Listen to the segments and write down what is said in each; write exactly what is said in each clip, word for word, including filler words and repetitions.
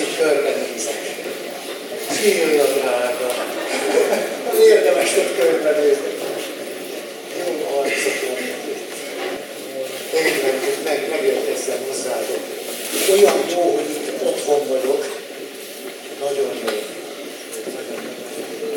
picit körbenézek. Szívja drága. Érdemes ott körbenézni. Jó arcok vannak itt. Tényleg, meg, megérkeztem hozzátok. Olyan jó, hogy itt otthon vagyok. Nagyon jó. Nagyon, nagyon jó.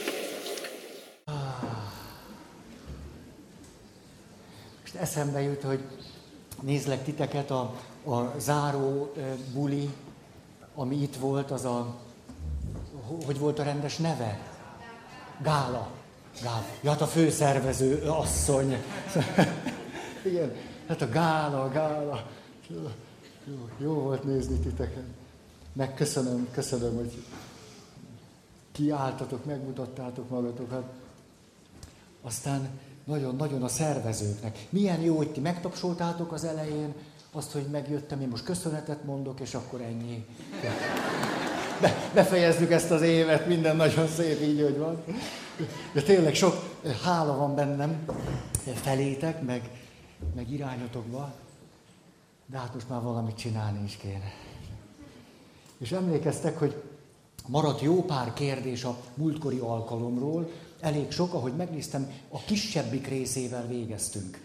Most eszembe jut, hogy nézlek titeket, a, a záró buli, ami itt volt, az a, hogy volt a rendes neve? Gála. Gála. Ja, hát a főszervező asszony. Igen, hát a gála, gála. Jó, jó volt nézni titeket. Megköszönöm, köszönöm, hogy kiálltatok, megmutattátok magatokat. Aztán nagyon-nagyon a szervezőknek. Milyen jó, hogy ti megtapsoltátok az elején azt, hogy megjöttem, én most köszönetet mondok, és akkor ennyi. Be, befejezzük ezt az évet, minden nagyon szép így, hogy van. De tényleg sok hála van bennem felétek, meg, meg irányotokba, de hát most már valamit csinálni is kéne. És emlékeztek, hogy maradt jó pár kérdés a múltkori alkalomról, elég sok, ahogy megnéztem, a kisebbik részével végeztünk.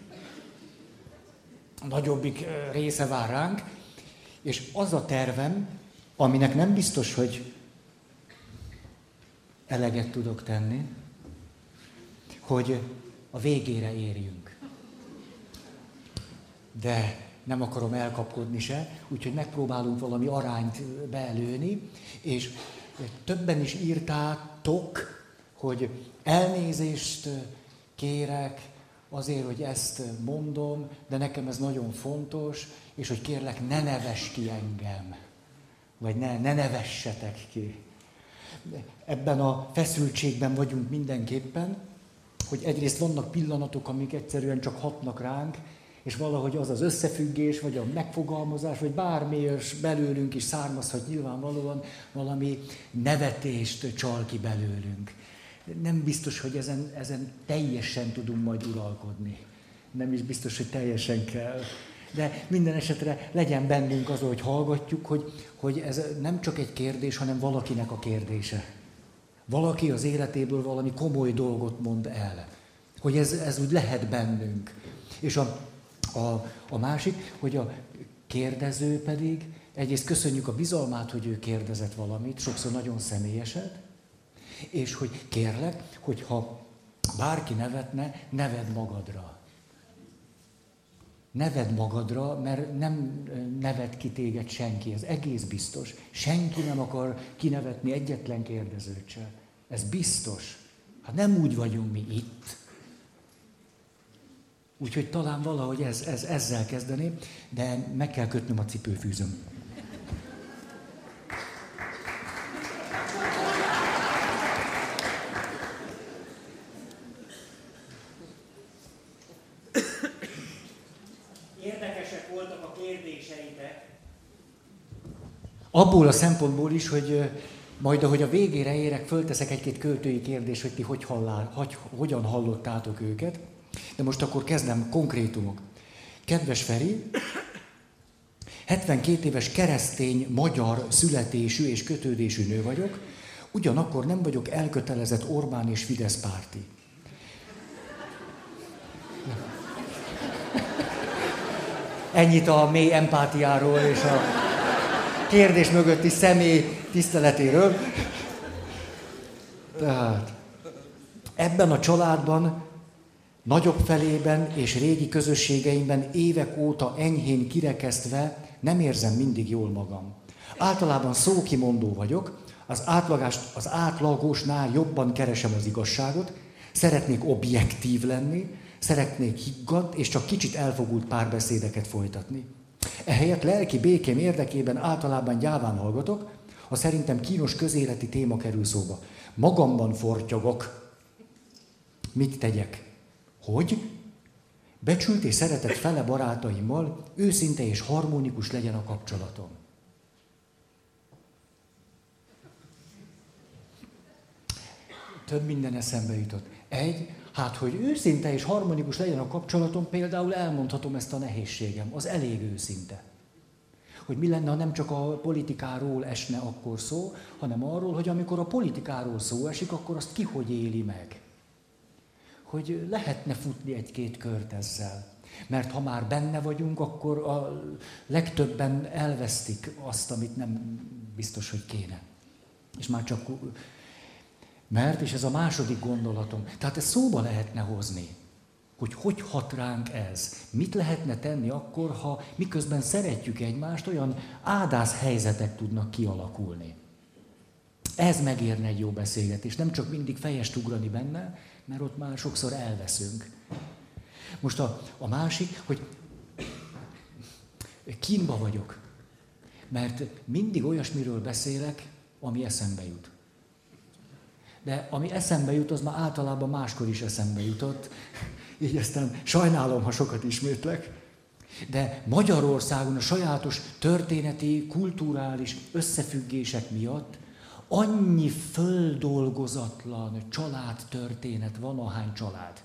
A nagyobbik része vár ránk, és az a tervem, aminek nem biztos, hogy eleget tudok tenni, hogy a végére érjünk. De nem akarom elkapkodni se, úgyhogy megpróbálunk valami arányt beelőni, és többen is írtátok, hogy elnézést kérek azért, hogy ezt mondom, de nekem ez nagyon fontos, és hogy kérlek, ne nevess ki engem, vagy ne, ne nevessetek ki. Ebben a feszültségben vagyunk mindenképpen, hogy egyrészt vannak pillanatok, amik egyszerűen csak hatnak ránk, és valahogy az az összefüggés, vagy a megfogalmazás, vagy bármi belőlünk is származhat nyilvánvalóan, valami nevetést csal ki belőlünk. Nem biztos, hogy ezen, ezen teljesen tudunk majd uralkodni. Nem is biztos, hogy teljesen kell. De minden esetre legyen bennünk az, hogy hallgatjuk, hogy, hogy ez nem csak egy kérdés, hanem valakinek a kérdése. Valaki az életéből valami komoly dolgot mond el. Hogy ez, ez úgy lehet bennünk. És a, a, a másik, hogy a kérdező pedig, egyrészt köszönjük a bizalmát, hogy ő kérdezett valamit, sokszor nagyon személyeset, és hogy kérlek, hogy ha bárki nevetne, nevedd magadra. Nevedd magadra, mert nem nevet ki téged senki, ez egész biztos. Senki nem akar kinevetni egyetlen kérdezőt se. Ez biztos. Hát nem úgy vagyunk mi itt. Úgyhogy talán valahogy ez, ez, ezzel kezdeném, de meg kell kötnöm a cipőfűzöm. Érdekesek voltak a kérdéseitek. Abból a szempontból is, hogy majd ahogy a végére érek, fölteszek egy-két költői kérdést, hogy ti hogy hallál, hogy, hogyan hallottátok őket. De most akkor kezdem, konkrétumok. Kedves Feri, hetvenkét éves keresztény, magyar születésű és kötődésű nő vagyok, ugyanakkor nem vagyok elkötelezett Orbán és Fidesz párti. Ennyit a mély empátiáról és a kérdés mögötti személy tiszteletéről. Tehát ebben a családban, nagyobb felében és régi közösségeimben évek óta enyhén kirekesztve nem érzem mindig jól magam. Általában szókimondó vagyok, az, átlagás, az átlagosnál jobban keresem az igazságot, szeretnék objektív lenni, szeretnék higgadt és csak kicsit elfogult párbeszédeket folytatni. Ehelyett lelki békém érdekében általában gyáván hallgatok, ha szerintem kínos közéleti téma kerül szóba. Magamban fortyogok. Mit tegyek? Hogy? Becsült és szeretett fele barátaimmal őszinte és harmonikus legyen a kapcsolatom. Több minden eszembe jutott. Egy, hát hogy őszinte és harmonikus legyen a kapcsolatom, például elmondhatom ezt a nehézségem, az elég őszinte. hogy mi lenne, ha nem csak a politikáról esne akkor szó, hanem arról, hogy amikor a politikáról szó esik, akkor azt ki hogy éli meg. Hogy lehetne futni egy-két kört ezzel. Mert ha már benne vagyunk, akkor a legtöbben elvesztik azt, amit nem biztos, hogy kéne. És már csak... Mert, és ez a második gondolatom, tehát ezt szóba lehetne hozni, hogy hogy hat ránk ez. Mit lehetne tenni akkor, ha miközben szeretjük egymást, olyan áldász helyzetek tudnak kialakulni. Ez megérne egy jó beszélgetés, nem csak mindig fejest ugrani benne, mert ott már sokszor elveszünk. Most a, a másik, hogy kínba vagyok, mert mindig olyasmiről beszélek, ami eszembe jut. De ami eszembe jut, az már általában máskor is eszembe jutott, így aztán sajnálom, ha sokat ismétlek. De Magyarországon a sajátos történeti, kulturális összefüggések miatt annyi földolgozatlan családtörténet van, ahány család.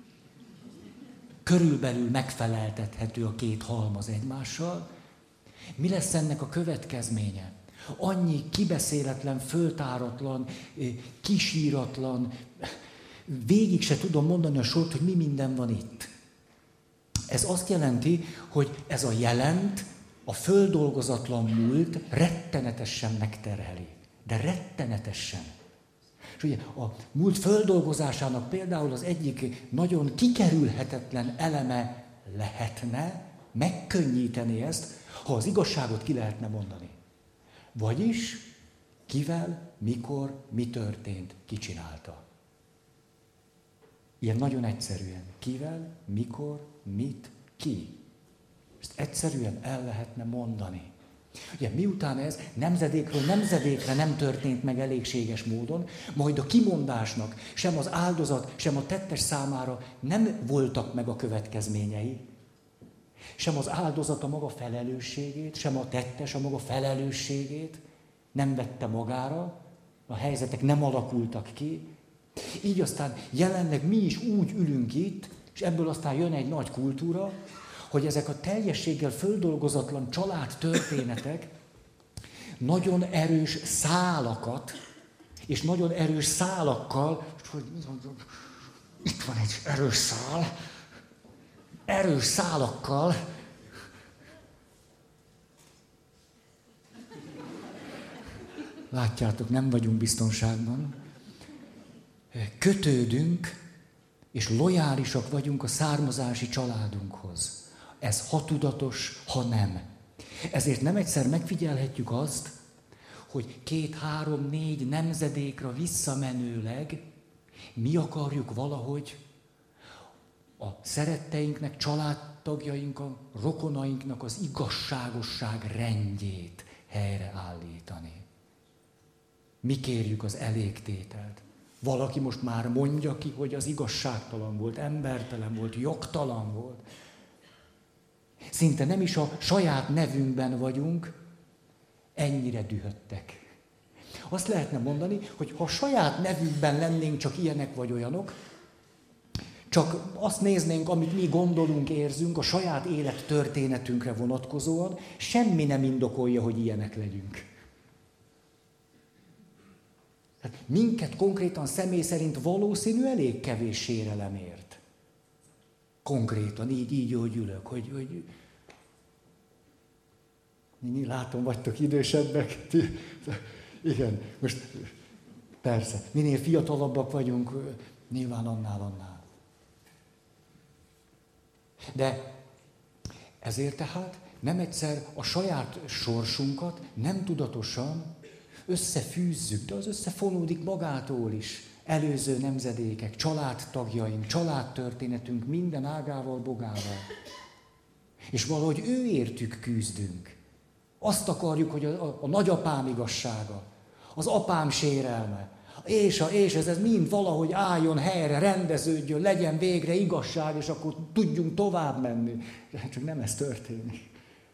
Körülbelül megfeleltethető a két halmaz egymással. Mi lesz ennek a következménye? Annyi kibeszéletlen, föltáratlan, kisíratlan, végig se tudom mondani a sort, hogy mi minden van itt. Ez azt jelenti, hogy ez a jelent, a földolgozatlan múlt rettenetesen megterheli. De rettenetesen. És ugye a múlt földolgozásának például az egyik nagyon kikerülhetetlen eleme lehetne megkönnyíteni ezt, ha az igazságot ki lehetne mondani. Vagyis kivel, mikor, mi történt, ki csinálta. Ilyen nagyon egyszerűen. Kivel, mikor, mit, ki. Ezt egyszerűen el lehetne mondani. Ugye miután ez nemzedékről nemzedékre nem történt meg elégséges módon, majd a kimondásnak sem az áldozat, sem a tettes számára nem voltak meg a következményei, sem az áldozat a maga felelősségét, sem a tettes a maga felelősségét nem vette magára, a helyzetek nem alakultak ki. Így aztán jelenleg mi is úgy ülünk itt, és ebből aztán jön egy nagy kultúra, hogy ezek a teljességgel földolgozatlan családtörténetek nagyon erős szálakat, és nagyon erős szálakkal, hogy itt van egy erős szál, erős szálakkal látjátok, nem vagyunk biztonságban, kötődünk, és lojálisak vagyunk a származási családunkhoz. Ez ha tudatos, ha nem. Ezért nem egyszer megfigyelhetjük azt, hogy két, három, négy nemzedékra visszamenőleg mi akarjuk valahogy a szeretteinknek, családtagjainknak, rokonainknak az igazságosság rendjét helyreállítani. Mi kérjük az elégtételt. Valaki most már mondja ki, hogy az igazságtalan volt, embertelen volt, jogtalan volt. Szinte nem is a saját nevünkben vagyunk, ennyire dühöttek. Azt lehetne mondani, hogy ha a saját nevünkben lennénk csak ilyenek vagy olyanok, csak azt néznénk, amit mi gondolunk, érzünk, a saját élettörténetünkre vonatkozóan, semmi nem indokolja, hogy ilyenek legyünk. Hát minket konkrétan személy szerint valószínű elég kevés sérelem ért. Konkrétan, így, így, hogy ülök, hogy, hogy... Látom, vagytok idősebbek. Igen, most persze, minél fiatalabbak vagyunk, nyilván annál, annál. De ezért tehát nem egyszer a saját sorsunkat nem tudatosan összefűzzük, de az összefonódik magától is. Előző nemzedékek, családtagjaink, családtörténetünk minden ágával, bogával. És valahogy ő értük küzdünk. Azt akarjuk, hogy a, a, a nagyapám igazsága, az apám sérelme, és, a, és ez, ez mind valahogy álljon helyre, rendeződjön, legyen végre igazság, és akkor tudjunk tovább menni. Csak nem ez történik.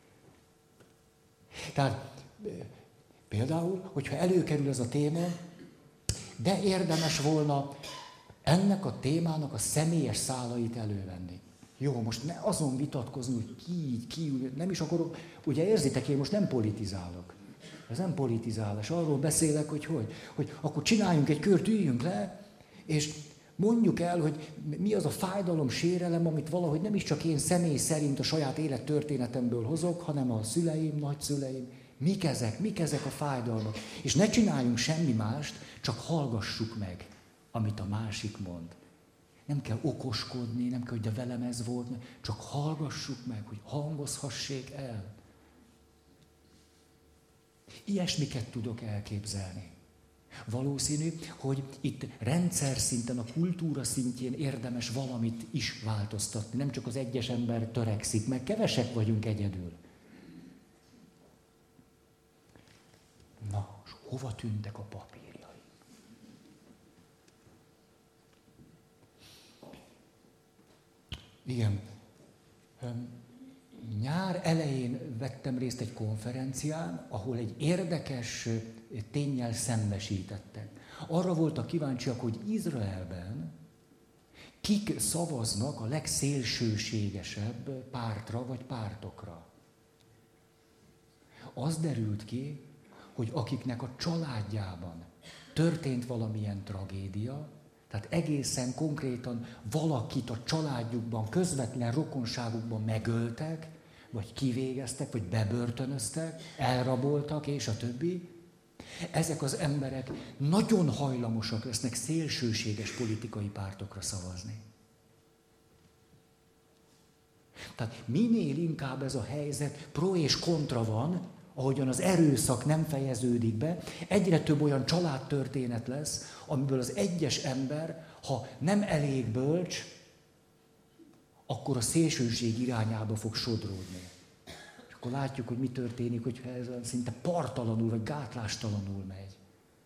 Tehát például, hogyha előkerül ez a téma, de érdemes volna ennek a témának a személyes szálait elővenni. Jó, most ne azon vitatkozni, hogy ki így, ki úgy, nem is akarok, ugye érzitek, én most nem politizálok. Ez nem politizálás, arról beszélek, hogy hogy, hogy akkor csináljunk egy kört, üljünk le, és mondjuk el, hogy mi az a fájdalom, sérelem, amit valahogy nem is csak én személy szerint a saját élettörténetemből hozok, hanem a szüleim, nagyszüleim. Mik ezek, mik ezek a fájdalmak? És ne csináljunk semmi mást, csak hallgassuk meg, amit a másik mond. Nem kell okoskodni, nem kell, hogy de velem ez volt, csak hallgassuk meg, hogy hangozhassék el. Ilyesmiket tudok elképzelni. Valószínű, hogy itt rendszer szinten, a kultúra szintjén érdemes valamit is változtatni. Nem csak az egyes ember törekszik, meg kevesek vagyunk egyedül. Na, és hova tűntek a papírjai? Igen. Nyár elején vettem részt egy konferencián, ahol egy érdekes ténnyel szembesítettek. Arra voltak kíváncsiak, hogy Izraelben kik szavaznak a legszélsőségesebb pártra vagy pártokra. Az derült ki, hogy akiknek a családjában történt valamilyen tragédia, tehát egészen konkrétan valakit a családjukban, közvetlen rokonságukban megöltek, vagy kivégeztek, vagy bebörtönöztek, elraboltak, és a többi. Ezek az emberek nagyon hajlamosak lesznek szélsőséges politikai pártokra szavazni. Tehát minél inkább ez a helyzet pro és kontra van, ahogyan az erőszak nem fejeződik be, egyre több olyan családtörténet lesz, amiből az egyes ember, ha nem elég bölcs, akkor a szélsőség irányába fog sodródni. És akkor látjuk, hogy mi történik, hogyha ez szinte partalanul, vagy gátlástalanul megy.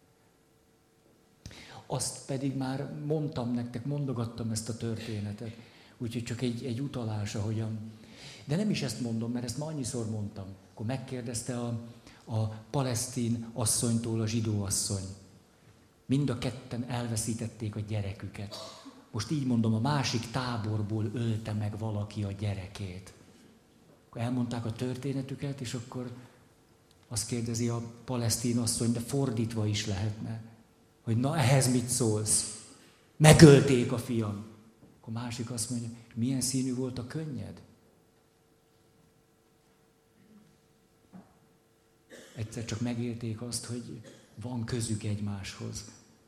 Azt pedig már mondtam nektek, mondogattam ezt a történetet, úgyhogy csak egy, egy utalás, ahogyan. De nem is ezt mondom, mert ezt már annyiszor mondtam. Akkor megkérdezte a, a palesztin asszonytól a zsidó asszony. Mind a ketten elveszítették a gyereküket. Most így mondom, a másik táborból ölte meg valaki a gyerekét. Akkor elmondták a történetüket, és akkor azt kérdezi a palesztin asszony, de fordítva is lehetne, hogy na ehhez mit szólsz? Megölték a fiam. Akkor a másik azt mondja, milyen színű volt a könnyed? Egyszer csak megérték azt, hogy van közük egymáshoz.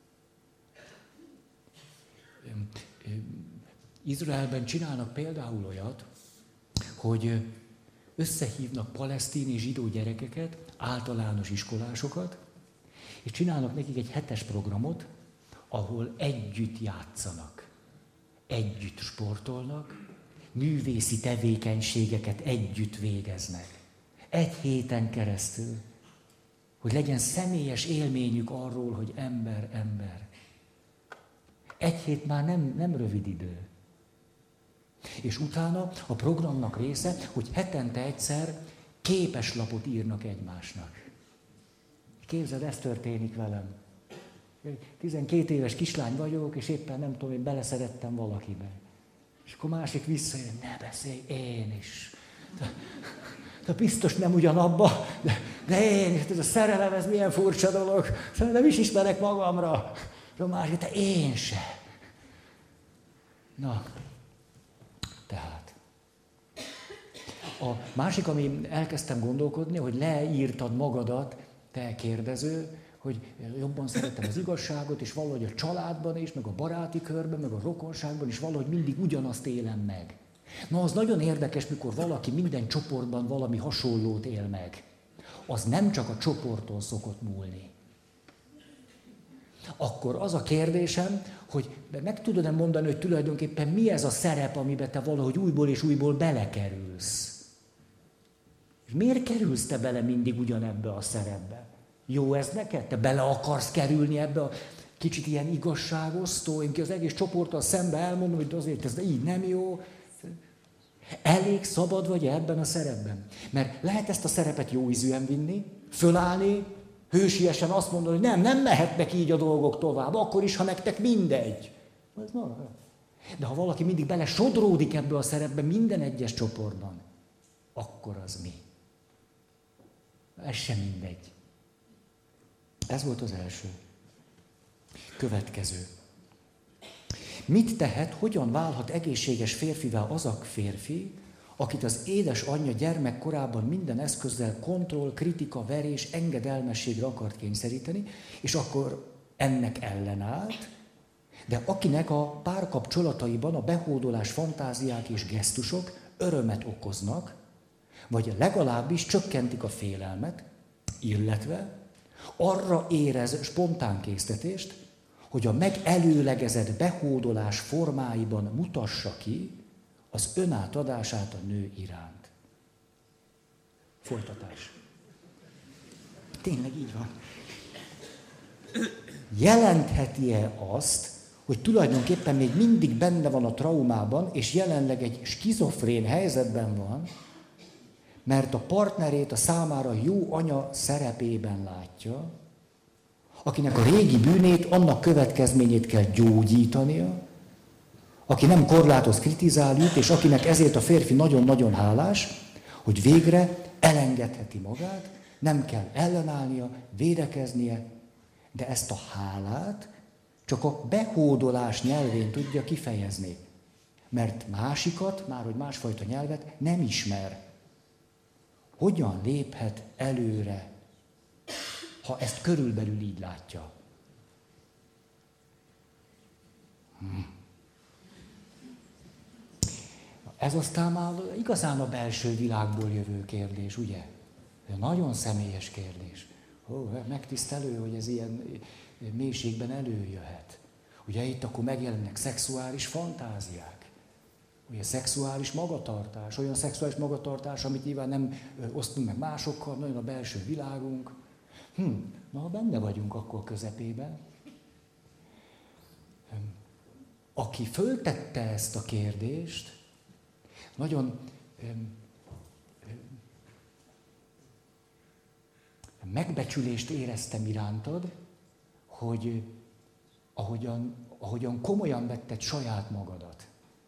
Izraelben csinálnak például olyat, hogy összehívnak palesztin és zsidó gyerekeket, általános iskolásokat, és csinálnak nekik egy hetes programot, ahol együtt játszanak, együtt sportolnak, művészi tevékenységeket együtt végeznek. Egy héten keresztül, hogy legyen személyes élményük arról, hogy ember, ember. Egy hét már nem, nem rövid idő. És utána a programnak része, hogy hetente egyszer képeslapot írnak egymásnak. Képzeld, ez történik velem. tizenkét éves kislány vagyok, és éppen nem tudom, én beleszerettem valakibe. És akkor másik visszajön, ne beszélj, én is. De, de biztos nem ugyanabba, de, de én, ez a szerelem, ez milyen furcsa dolog. Nem is ismerek magamra. De a másik, de én se. Na, tehát. A másik, ami elkezdtem gondolkodni, hogy leírtad magadat, te kérdező, hogy jobban szeretem az igazságot, és valahogy a családban is, meg a baráti körben, meg a rokonságban is valahogy mindig ugyanazt élem meg. Na, az nagyon érdekes, mikor valaki minden csoportban valami hasonlót él meg. Az nem csak a csoporton szokott múlni. Akkor az a kérdésem, hogy meg tudod-e mondani, hogy tulajdonképpen mi ez a szerep, amiben te valahogy újból és újból belekerülsz? És miért kerülsz te bele mindig ugyanebbe a szerepbe? Jó ez neked? Te bele akarsz kerülni ebbe a kicsit ilyen igazságosztó, én ki az egész csoporttal szembe elmondom, hogy azért ez így nem jó. Elég szabad vagy ebben a szerepben? Mert lehet ezt a szerepet jó ízűen vinni, fölállni, hősiesen azt mondani, hogy nem, nem mehetnek így a dolgok tovább, akkor is, ha nektek mindegy. De ha valaki mindig bele sodródik ebbe a szerepbe minden egyes csoportban, akkor az mi? Ez sem mindegy. Ez volt az első. Következő. Mit tehet, hogyan válhat egészséges férfivá az a férfi, akit az édesanyja gyermekkorában minden eszközzel kontroll, kritika, verés, engedelmességre akart kényszeríteni, és akkor ennek ellenállt, de akinek a párkapcsolataiban a behódolás fantáziák és gesztusok örömet okoznak, vagy legalábbis csökkentik a félelmet, illetve arra érez spontán késztetést, hogy a megelőlegezett behódolás formáiban mutassa ki az önátadását a nő iránt. Folytatás. Tényleg így van. Jelentheti-e azt, hogy tulajdonképpen még mindig benne van a traumában, és jelenleg egy skizofrén helyzetben van, mert a partnerét a számára jó anya szerepében látja, akinek a régi bűnét, annak következményét kell gyógyítania, aki nem korlátoz, kritizál őt, és akinek ezért a férfi nagyon-nagyon hálás, hogy végre elengedheti magát, nem kell ellenállnia, védekeznie, de ezt a hálát csak a behódolás nyelvén tudja kifejezni. Mert másikat, már hogy másfajta nyelvet nem ismer. Hogyan léphet előre, ha ezt körülbelül így látja? Hm. Ez aztán már igazán a belső világból jövő kérdés, ugye? Nagyon személyes kérdés. Ó, megtisztelő, hogy ez ilyen mélységben előjöhet. Ugye itt akkor megjelennek szexuális fantáziák. Ugye szexuális magatartás, olyan szexuális magatartás, amit nyilván nem osztunk meg másokkal, nagyon a belső világunk. Hm, na, ha benne vagyunk akkor közepében. Aki föltette ezt a kérdést, nagyon megbecsülést éreztem irántad, hogy ahogyan, ahogyan komolyan vetted saját magadat.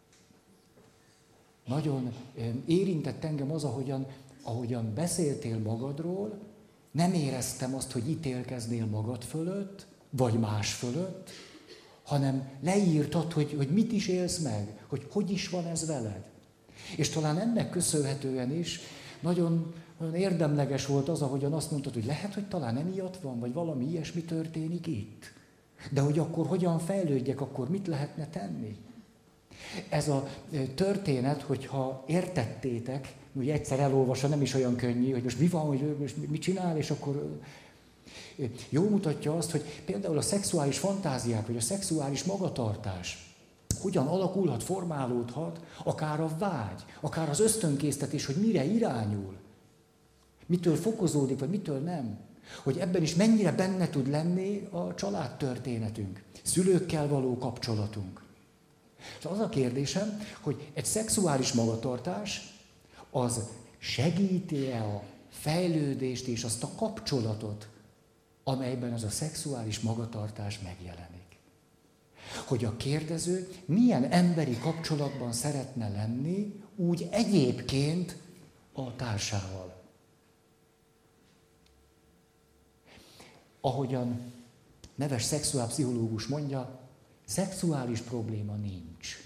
Nagyon érintett engem az, ahogyan, ahogyan beszéltél magadról, nem éreztem azt, hogy ítélkeznél magad fölött, vagy más fölött, hanem leírtad, hogy, hogy mit is élsz meg, hogy hogy is van ez veled. És talán ennek köszönhetően is nagyon, nagyon érdemleges volt az, ahogyan azt mondtad, hogy lehet, hogy talán emiatt van, vagy valami ilyesmi történik itt. De hogy akkor hogyan fejlődjek, akkor mit lehetne tenni? Ez a történet, hogyha értettétek, hogy egyszer elolvasva nem is olyan könnyű, hogy most mi van, hogy most mit csinál, és akkor jól mutatja azt, hogy például a szexuális fantáziák, vagy a szexuális magatartás hogyan alakulhat, formálódhat, akár a vágy, akár az ösztönkésztetés, hogy mire irányul, mitől fokozódik, vagy mitől nem. Hogy ebben is mennyire benne tud lenni a családtörténetünk, szülőkkel való kapcsolatunk. És az a kérdésem, hogy egy szexuális magatartás az segíti-e a fejlődést és azt a kapcsolatot, amelyben az a szexuális magatartás megjelenik. Hogy a kérdező milyen emberi kapcsolatban szeretne lenni, úgy egyébként a társával. Ahogyan neves szexuálpszichológus mondja, szexuális probléma nincs.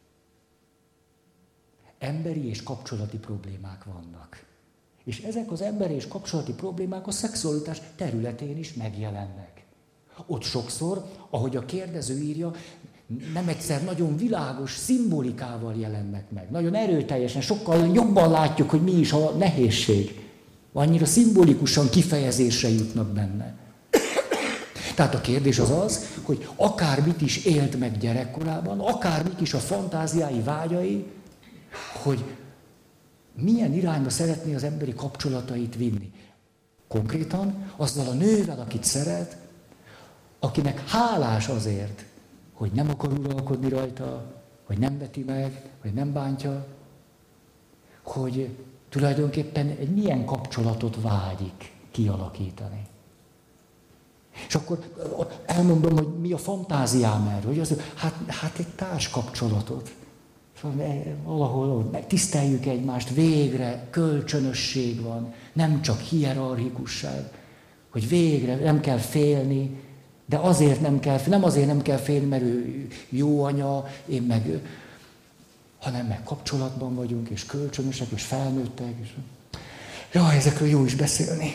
Emberi és kapcsolati problémák vannak. És ezek az emberi és kapcsolati problémák a szexualitás területén is megjelennek. Ott sokszor, ahogy a kérdező írja, nem egyszer nagyon világos szimbolikával jelennek meg. Nagyon erőteljesen, sokkal jobban látjuk, hogy mi is a nehézség. Annyira szimbolikusan kifejezésre jutnak benne. Tehát a kérdés az az, hogy akármit is élt meg gyerekkorában, akármik is a fantáziái, vágyai, hogy milyen irányba szeretné az emberi kapcsolatait vinni. Konkrétan azzal a nővel, akit szeret, akinek hálás azért, hogy nem akar uralkodni rajta, hogy nem veti meg, hogy nem bántja, hogy tulajdonképpen egy milyen kapcsolatot vágyik kialakítani. És akkor elmondom, hogy mi a fantáziám erről, hogy az, hát, hát egy társkapcsolatot. Valahol megtiszteljük egymást, végre kölcsönösség van, nem csak hierarchikusság, hogy végre nem kell félni, de azért nem kell, nem azért nem kell félni, mert ő jó anya, én meg, hanem meg kapcsolatban vagyunk, és kölcsönösek, és felnőttek. És... Jaj, ezekről jó is beszélni.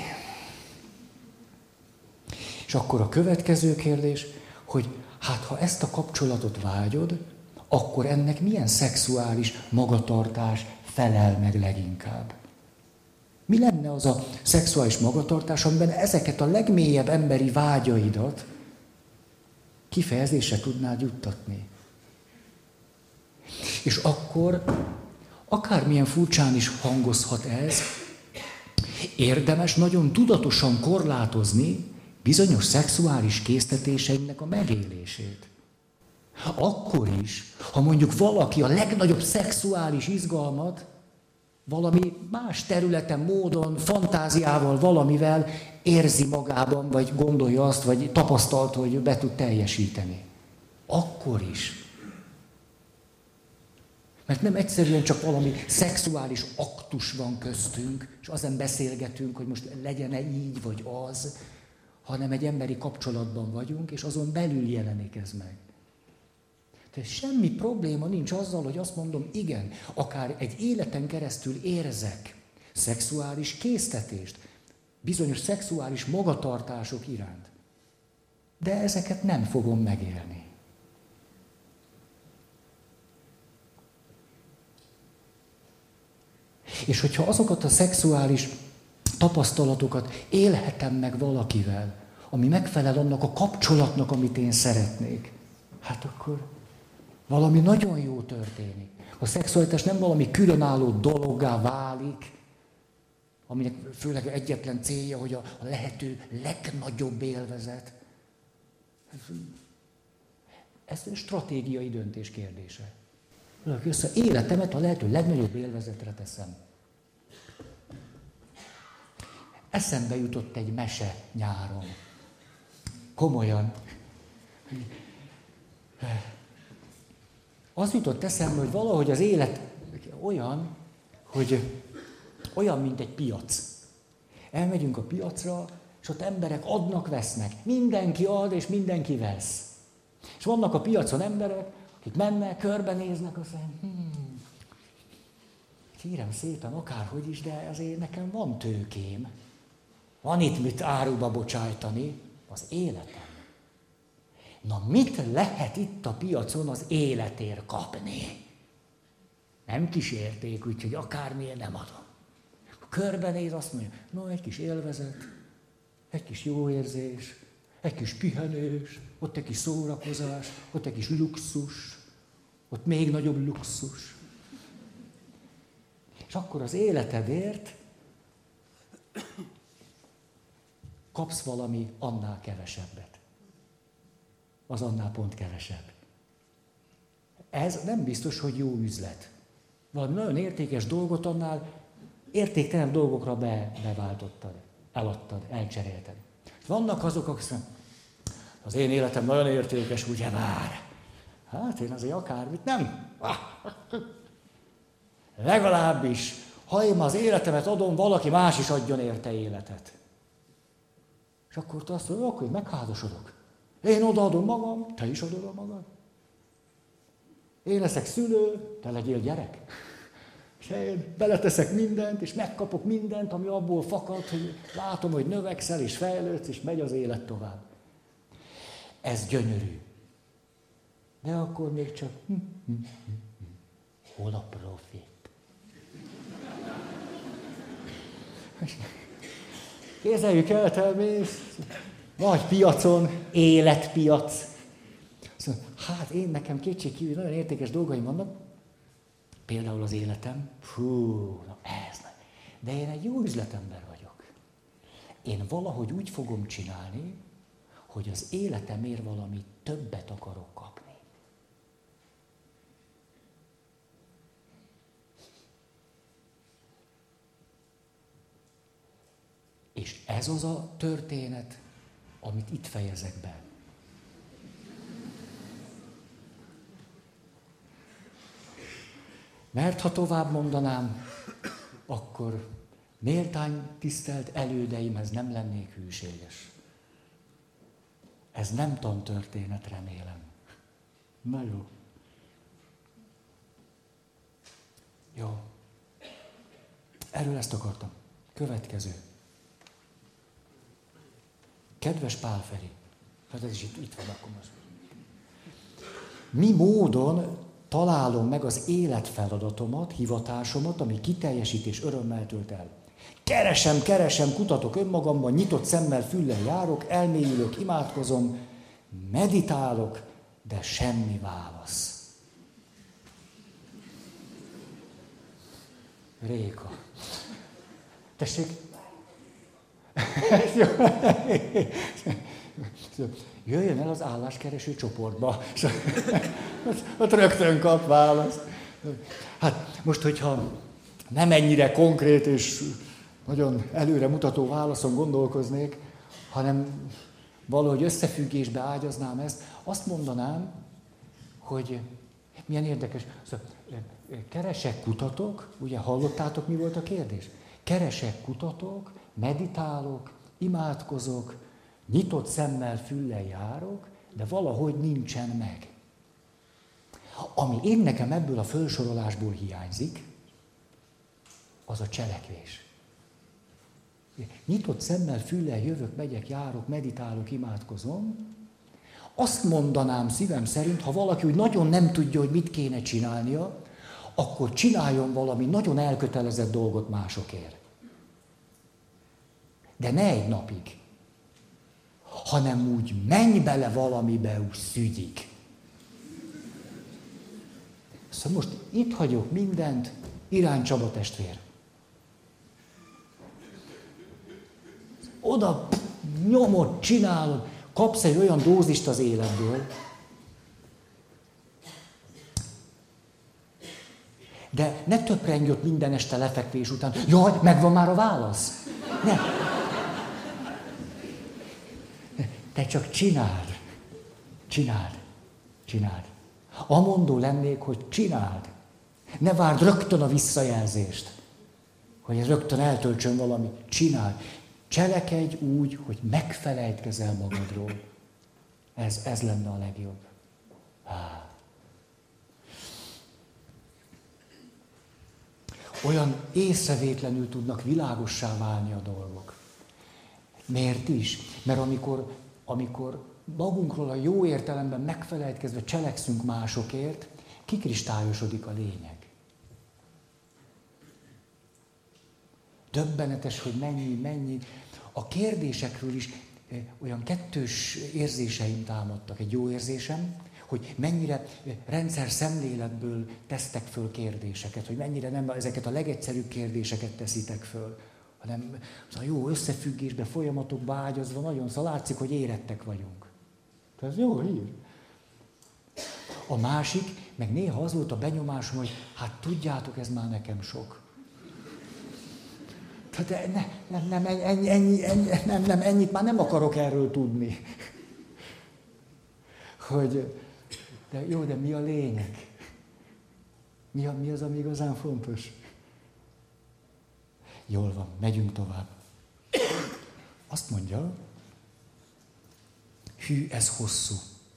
És akkor a következő kérdés, hogy hát ha ezt a kapcsolatot vágyod, akkor ennek milyen szexuális magatartás felel meg leginkább? Mi lenne az a szexuális magatartás, amiben ezeket a legmélyebb emberi vágyaidat kifejezésre tudnád juttatni? És akkor, akármilyen furcsán is hangozhat ez, érdemes nagyon tudatosan korlátozni bizonyos szexuális késztetéseinknek a megélését. Akkor is, ha mondjuk valaki a legnagyobb szexuális izgalmat valami más területen, módon, fantáziával, valamivel érzi magában, vagy gondolja azt, vagy tapasztalt, hogy be tud teljesíteni. Akkor is. Mert nem egyszerűen csak valami szexuális aktus van köztünk, és azon beszélgetünk, hogy most legyen-e így, vagy az, hanem egy emberi kapcsolatban vagyunk, és azon belül jelenik ez meg. Tehát semmi probléma nincs azzal, hogy azt mondom, igen, akár egy életen keresztül érzek szexuális késztetést, bizonyos szexuális magatartások iránt. De ezeket nem fogom megélni. És hogyha azokat a szexuális tapasztalatokat élhetem meg valakivel, ami megfelel annak a kapcsolatnak, amit én szeretnék, hát akkor valami nagyon jó történik. A szexualitás nem valami különálló dologgá válik, aminek főleg egyetlen célja, hogy a lehető legnagyobb élvezet. Ez stratégiai döntés kérdése. Össze életemet a lehető legnagyobb élvezetre teszem. Eszembe jutott egy mese nyáron. Komolyan. Az jutott eszembe, hogy valahogy az élet olyan, hogy olyan, mint egy piac. Elmegyünk a piacra, és ott emberek adnak, vesznek. Mindenki ad, és mindenki vesz. És vannak a piacon emberek, akik mennek, körbenéznek, azt mondják, hmm, kérem szépen, akárhogy is, de azért nekem van tőkém. Van itt mit áruba bocsájtani, az életem. Na mit lehet itt a piacon az életért kapni? Nem kísérték, úgyhogy akármilyen nem adom. Körbenéz, azt mondja, no, egy kis élvezet, egy kis jó érzés, egy kis pihenés, ott egy kis szórakozás, ott egy kis luxus, ott még nagyobb luxus. És akkor az életedért kapsz valami annál kevesebbet. Az annál pont kevesebb. Ez nem biztos, hogy jó üzlet. Valami nagyon értékes dolgot annál értéktelen dolgokra be, beváltottad, eladtad, elcserélted. Vannak azok, akik azt mondják, az én életem nagyon értékes, ugye már? Hát én azért akármit nem. Legalábbis, ha én az életemet adom, valaki más is adjon érte életet. És akkor te azt mondod, akkor én megházasodok. Én odaadom magam, te is adod a magad. Én leszek szülő, te legyél gyerek. És én beleteszek mindent, és megkapok mindent, ami abból fakad, hogy látom, hogy növekszel, és fejlődsz, és megy az élet tovább. Ez gyönyörű. De akkor még csak... Hol a profit? Képzeljük el, te mész, nagy piacon, életpiac. Szóval, hát én nekem kétségkívül nagyon értékes dolgaim vannak, például az életem. Fú, na ez nagy. De én egy jó üzletember vagyok. Én valahogy úgy fogom csinálni, hogy az életemért valami többet akarok kapni. És ez az a történet, amit itt fejezek be. Mert ha tovább mondanám, akkor méltány tisztelt elődeimhez nem lennék hűséges. Ez nem tantörténet, remélem. Na jó. Jó. Erről ezt akartam. Következő. Kedves Pál Feri. Hát ez is itt, itt van akkor most. Mi módon találom meg az életfeladatomat, hivatásomat, ami kiteljesít és örömmel tölt el? Keresem, keresem, kutatok önmagamban, nyitott szemmel, füllel járok, elmélyülök, imádkozom, meditálok, de semmi válasz. Réka. Tessék? Jöjjön el az álláskereső csoportba. Ott rögtön kap választ. Hát most, hogyha nem ennyire konkrét és nagyon előre mutató válaszon gondolkoznék, hanem valahogy összefüggésbe ágyaznám ezt, azt mondanám, hogy milyen érdekes. Szóval, keresek, kutatok, ugye hallottátok, mi volt a kérdés? Keresek, kutatok, meditálok, imádkozok, nyitott szemmel, füllel járok, de valahogy nincsen meg. Ami én nekem ebből a felsorolásból hiányzik, az a cselekvés. Nyitott szemmel, füllel jövök, megyek, járok, meditálok, imádkozom. Azt mondanám szívem szerint, ha valaki úgy nagyon nem tudja, hogy mit kéne csinálnia, akkor csináljon valami nagyon elkötelezett dolgot másokért. De ne egy napig, hanem úgy menj bele valamibe, úgy szügyig. Szóval most itt hagyok mindent, Irány Csaba testvér. Oda nyomod, csinálod, kapsz egy olyan dózist az életből, de ne töprengj ott minden este lefekvés után. Jaj, megvan már a válasz. Ne. Te csak csináld. Csináld. Csináld. Amondó lennék, hogy csináld. Ne várd rögtön a visszajelzést, hogy ez rögtön eltöltsön valami. Csináld. Cselekedj úgy, hogy megfelejtkezel magadról. Ez, ez lenne a legjobb. Há. Olyan észrevétlenül tudnak világossá válni a dolgok. Miért is? Mert amikor, amikor magunkról a jó értelemben megfelejtkezve cselekszünk másokért, kikristályosodik a lényeg. Döbbenetes, hogy mennyi, mennyi. A kérdésekről is olyan kettős érzéseim támadtak. Egy jó érzésem, hogy mennyire rendszer szemléletből tesztek föl kérdéseket, hogy mennyire nem ezeket a legegyszerűbb kérdéseket teszitek föl, hanem a jó összefüggésbe, folyamatokba ágyazva nagyon szóval látszik, hogy érettek vagyunk. Ez jó hír. A másik, meg néha az volt a benyomásom, hogy hát tudjátok, ez már nekem sok. Tehát ne, nem, nem, ennyi, ennyi, ennyi, nem, nem, ennyit már nem akarok erről tudni. Hogy, de jó, de mi a lényeg? Mi, a, mi az, ami igazán fontos? Jól van, megyünk tovább. Azt mondja, hű, ez hosszú.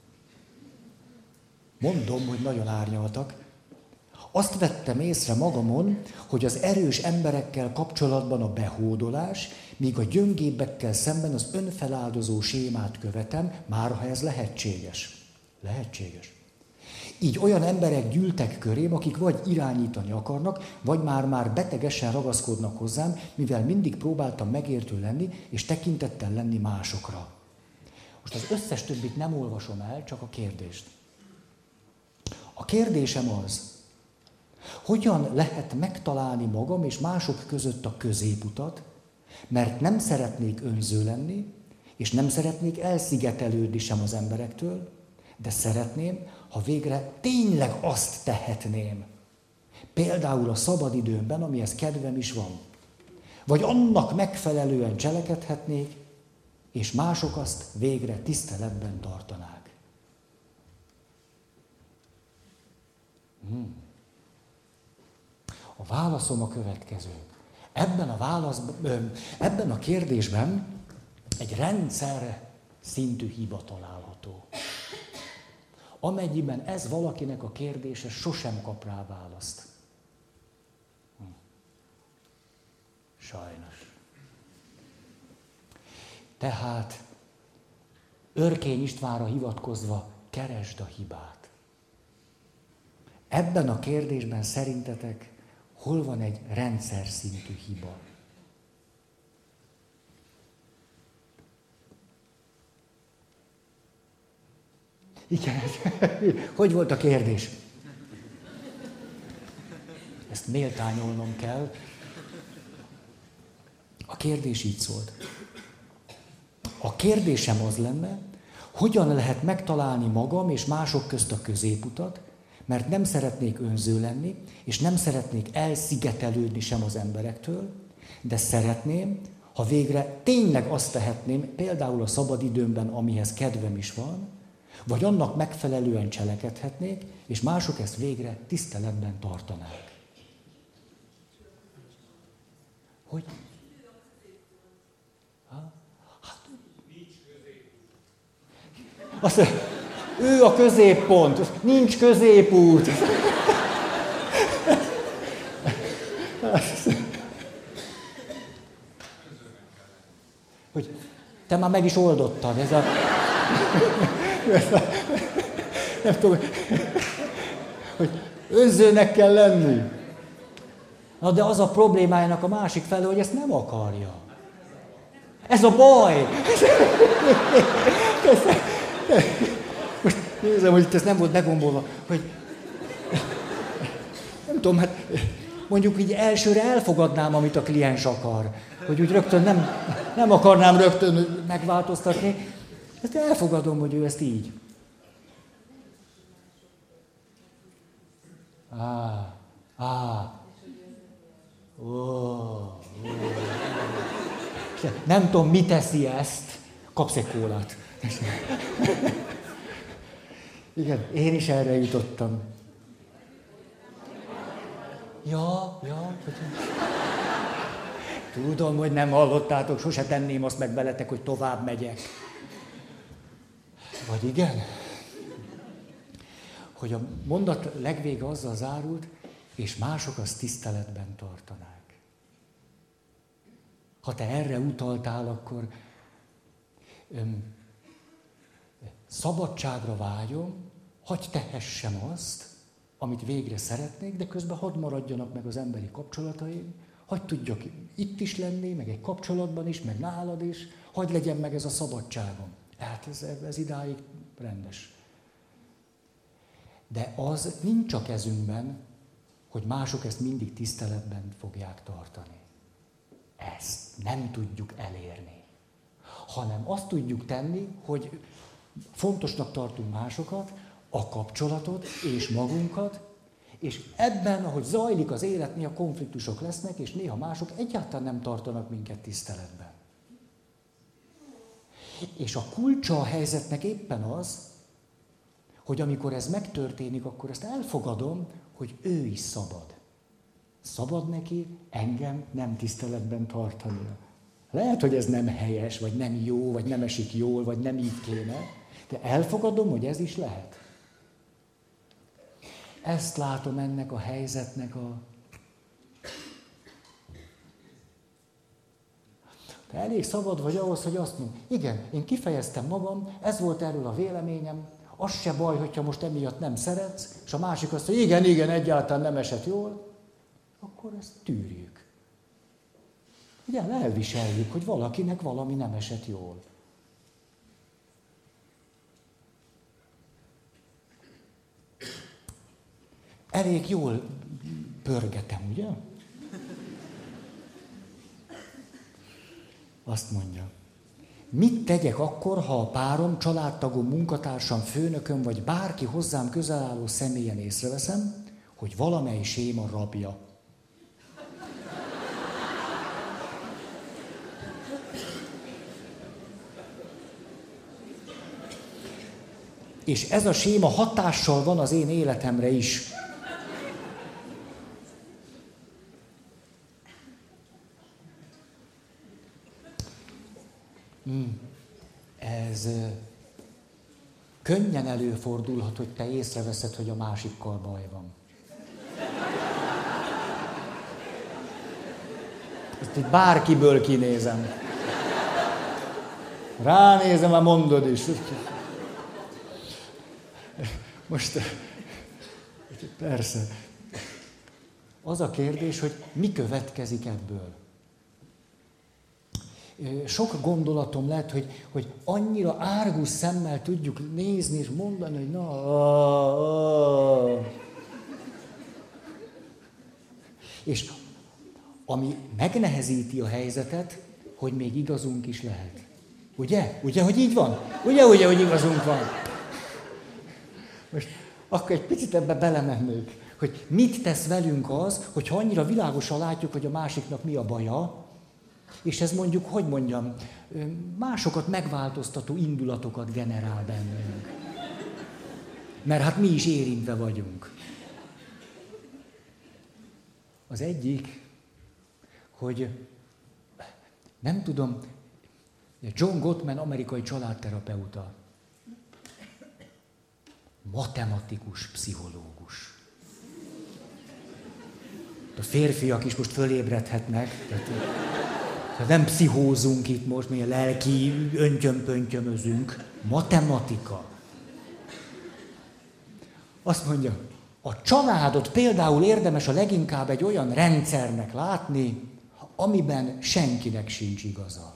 Mondom, hogy nagyon árnyaltak. Azt vettem észre magamon, hogy az erős emberekkel kapcsolatban a behódolás, míg a gyöngébbekkel szemben az önfeláldozó sémát követem, már ha ez lehetséges. Lehetséges. Így olyan emberek gyűltek körém, akik vagy irányítani akarnak, vagy már-már betegesen ragaszkodnak hozzám, mivel mindig próbáltam megértő lenni, és tekintettel lenni másokra. Most az összes többit nem olvasom el, csak a kérdést. A kérdésem az, hogyan lehet megtalálni magam és mások között a középutat, mert nem szeretnék önző lenni, és nem szeretnék elszigetelődni sem az emberektől, de szeretném, ha végre tényleg azt tehetném. Például a szabadidőmben, amihez kedvem is van. Vagy annak megfelelően cselekedhetnék, és mások azt végre tiszteletben tartanák. Hmm. A válaszom a következő. Ebben a, válaszban, ebben a kérdésben egy rendszer szintű hiba található. Amennyiben ez valakinek a kérdése, sosem kap rá választ. Hm. Sajnos. Tehát Örkény Istvánra hivatkozva keresd a hibát. Ebben a kérdésben szerintetek hol van egy rendszer szintű hiba? Igen, hogy volt a kérdés? Ezt méltányolnom kell. A kérdés így szólt. A kérdésem az lenne, hogyan lehet megtalálni magam és mások közt a középutat, mert nem szeretnék önző lenni, és nem szeretnék elszigetelődni sem az emberektől, de szeretném, ha végre tényleg azt tehetném, például a szabadidőmben, amihez kedvem is van, vagy annak megfelelően cselekedhetnék, és mások ezt végre tiszteletben tartanák. Hogy? Ha? Hát, azt mondja, ő a középpont, nincs középút. Hogy te már meg is oldottad, ez a... Nem tudom, hogy önzőnek kell lenni. Na de az a problémájának a másik fele, hogy ezt nem akarja. Ez a baj! Most nézem, hogy itt ez nem volt begombolva, hogy nem tudom, hát mondjuk így elsőre elfogadnám, amit a kliens akar. Hogy úgy rögtön nem, nem akarnám rögtön megváltoztatni. Ezt elfogadom, hogy ő ezt így. Á, á. Ó, ó. Nem tudom, mi teszi ezt. Kapsz egy kólát. Igen, én is erre jutottam. Ja, ja. Tudom, hogy nem hallottátok, sose tenném azt meg veletek, hogy tovább megyek. Vagy igen? Hogy a mondat legvége azzal zárult, és mások azt tiszteletben tartanák. Ha te erre utaltál, akkor öm, szabadságra vágyom, hadd tehessem azt, amit végre szeretnék, de közben hadd maradjanak meg az emberi kapcsolataim, hadd tudjak itt is lenni, meg egy kapcsolatban is, meg nálad is, hadd legyen meg ez a szabadságom. Hát ez, ez idáig rendes. De az nincs a kezünkben, hogy mások ezt mindig tiszteletben fogják tartani. Ezt nem tudjuk elérni. Hanem azt tudjuk tenni, hogy fontosnak tartunk másokat, a kapcsolatot és magunkat, és ebben, ahogy zajlik az élet, néha konfliktusok lesznek, és néha mások egyáltalán nem tartanak minket tiszteletben. És a kulcsa a helyzetnek éppen az, hogy amikor ez megtörténik, akkor ezt elfogadom, hogy ő is szabad. Szabad neki engem nem tiszteletben tartania. Lehet, hogy ez nem helyes, vagy nem jó, vagy nem esik jól, vagy nem így kéne, de elfogadom, hogy ez is lehet. Ezt látom ennek a helyzetnek a... Te elég szabad vagy ahhoz, hogy azt mondj, igen, én kifejeztem magam, ez volt erről a véleményem, az se baj, hogyha most emiatt nem szeretsz, és a másik azt mondja, igen, igen, egyáltalán nem esett jól, akkor ezt tűrjük. Ugye elviseljük, hogy valakinek valami nem esett jól. Elég jól pörgetem, ugye? Azt mondja. Mit tegyek akkor, ha a párom, családtagom, munkatársam, főnököm, vagy bárki hozzám közel álló személyen észreveszem, hogy valamely séma rabja? És ez a séma hatással van az én életemre is. Hmm. Ez könnyen előfordulhat, hogy te észreveszed, hogy a másikkal baj van. Ezt itt bárkiből kinézem. Ránézem, már mondod is. Most, persze. Az a kérdés, hogy mi következik ebből. Sok gondolatom lett, hogy, hogy annyira árgus szemmel tudjuk nézni és mondani, hogy na... A, a. És ami megnehezíti a helyzetet, hogy még igazunk is lehet. Ugye? Ugye, hogy így van? Ugye, ugye, hogy igazunk van? Most akkor egy picit ebbe belemennék, hogy mit tesz velünk az, hogyha annyira világosan látjuk, hogy a másiknak mi a baja, és ez mondjuk, hogy mondjam, másokat megváltoztató indulatokat generál bennünk. Mert hát mi is érintve vagyunk. Az egyik, hogy nem tudom, John Gottman amerikai családterapeuta, matematikus pszichológus. A férfiak is most fölébredhetnek, tehát, tehát nem pszichózunk itt most, mi a lelki öntyömpöntyömözünk. Matematika. Azt mondja, a családot például érdemes a leginkább egy olyan rendszernek látni, amiben senkinek sincs igaza.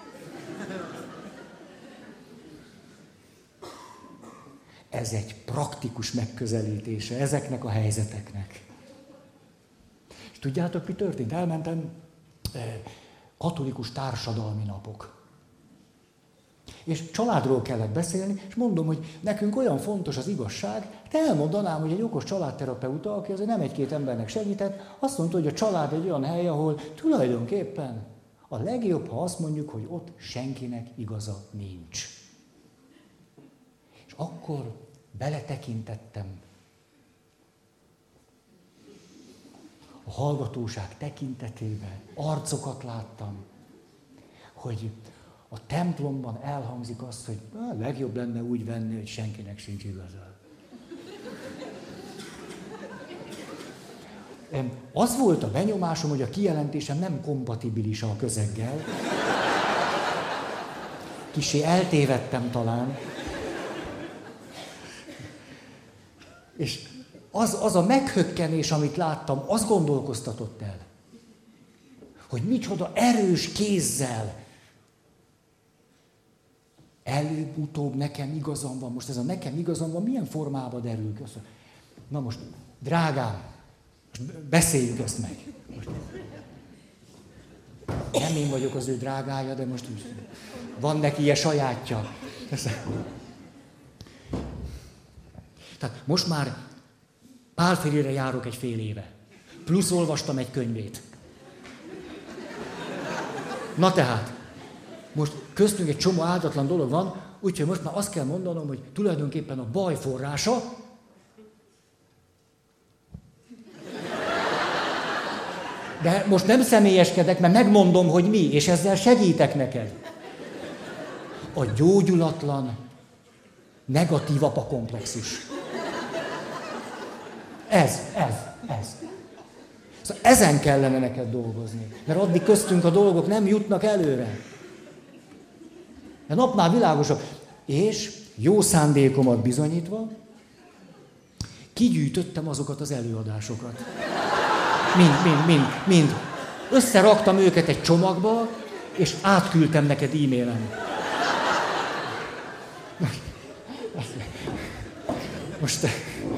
Ez egy praktikus megközelítése ezeknek a helyzeteknek. És tudjátok, mi történt? Elmentem katolikus társadalmi napok. És családról kellett beszélni, és mondom, hogy nekünk olyan fontos az igazság, de elmondanám, hogy egy okos családterapeuta, aki azért nem egy-két embernek segített, azt mondta, hogy a család egy olyan hely, ahol tulajdonképpen a legjobb, ha azt mondjuk, hogy ott senkinek igaza nincs. És akkor beletekintettem a hallgatóság tekintetébe, arcokat láttam, hogy a templomban elhangzik azt, hogy a legjobb lenne úgy venni, hogy senkinek sincs igaza. Az volt a benyomásom, hogy a kijelentésem nem kompatibilis a közeggel. Kissé eltévedtem talán. És az, az a meghökkenés, amit láttam, az gondolkoztatott el. Hogy micsoda erős kézzel előbb-utóbb nekem igazam van. Most ez a nekem igazam van, milyen formában derül ki? Na most, drágám, most beszéljük ezt meg. Most. Nem én vagyok az ő drágája, de most van neki ilyen sajátja. Tehát most már Pál Ferire járok egy fél éve. Plusz olvastam egy könyvét. Na tehát, most köztünk egy csomó áldatlan dolog van, úgyhogy most már azt kell mondanom, hogy tulajdonképpen a baj forrása de most nem személyeskedek, mert megmondom, hogy mi, és ezzel segítek neked. A gyógyulatlan, negatív apakomplexus. Ez, ez, ez. Szóval ezen kellene neked dolgozni, mert addig köztünk a dolgok nem jutnak előre. A napnál világosabb. És jó szándékomat bizonyítva, kigyűjtöttem azokat az előadásokat. Mind, mind, mind, mind. Összeraktam őket egy csomagba, és átküldtem neked e-mailen. Most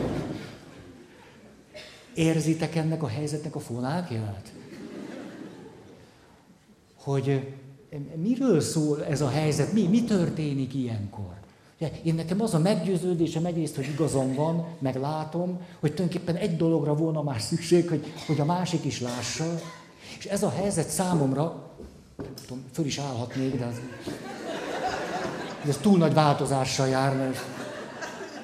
érzitek ennek a helyzetnek a fonákját? Hogy miről szól ez a helyzet? Mi, mi történik ilyenkor? Én nekem az a meggyőződésem egyrészt, hogy igazam van, meg látom, hogy tulajdonképpen egy dologra volna már szükség, hogy, hogy a másik is lássa. És ez a helyzet számomra, nem tudom, föl is állhatnék, de az, ez túl nagy változással jár, mert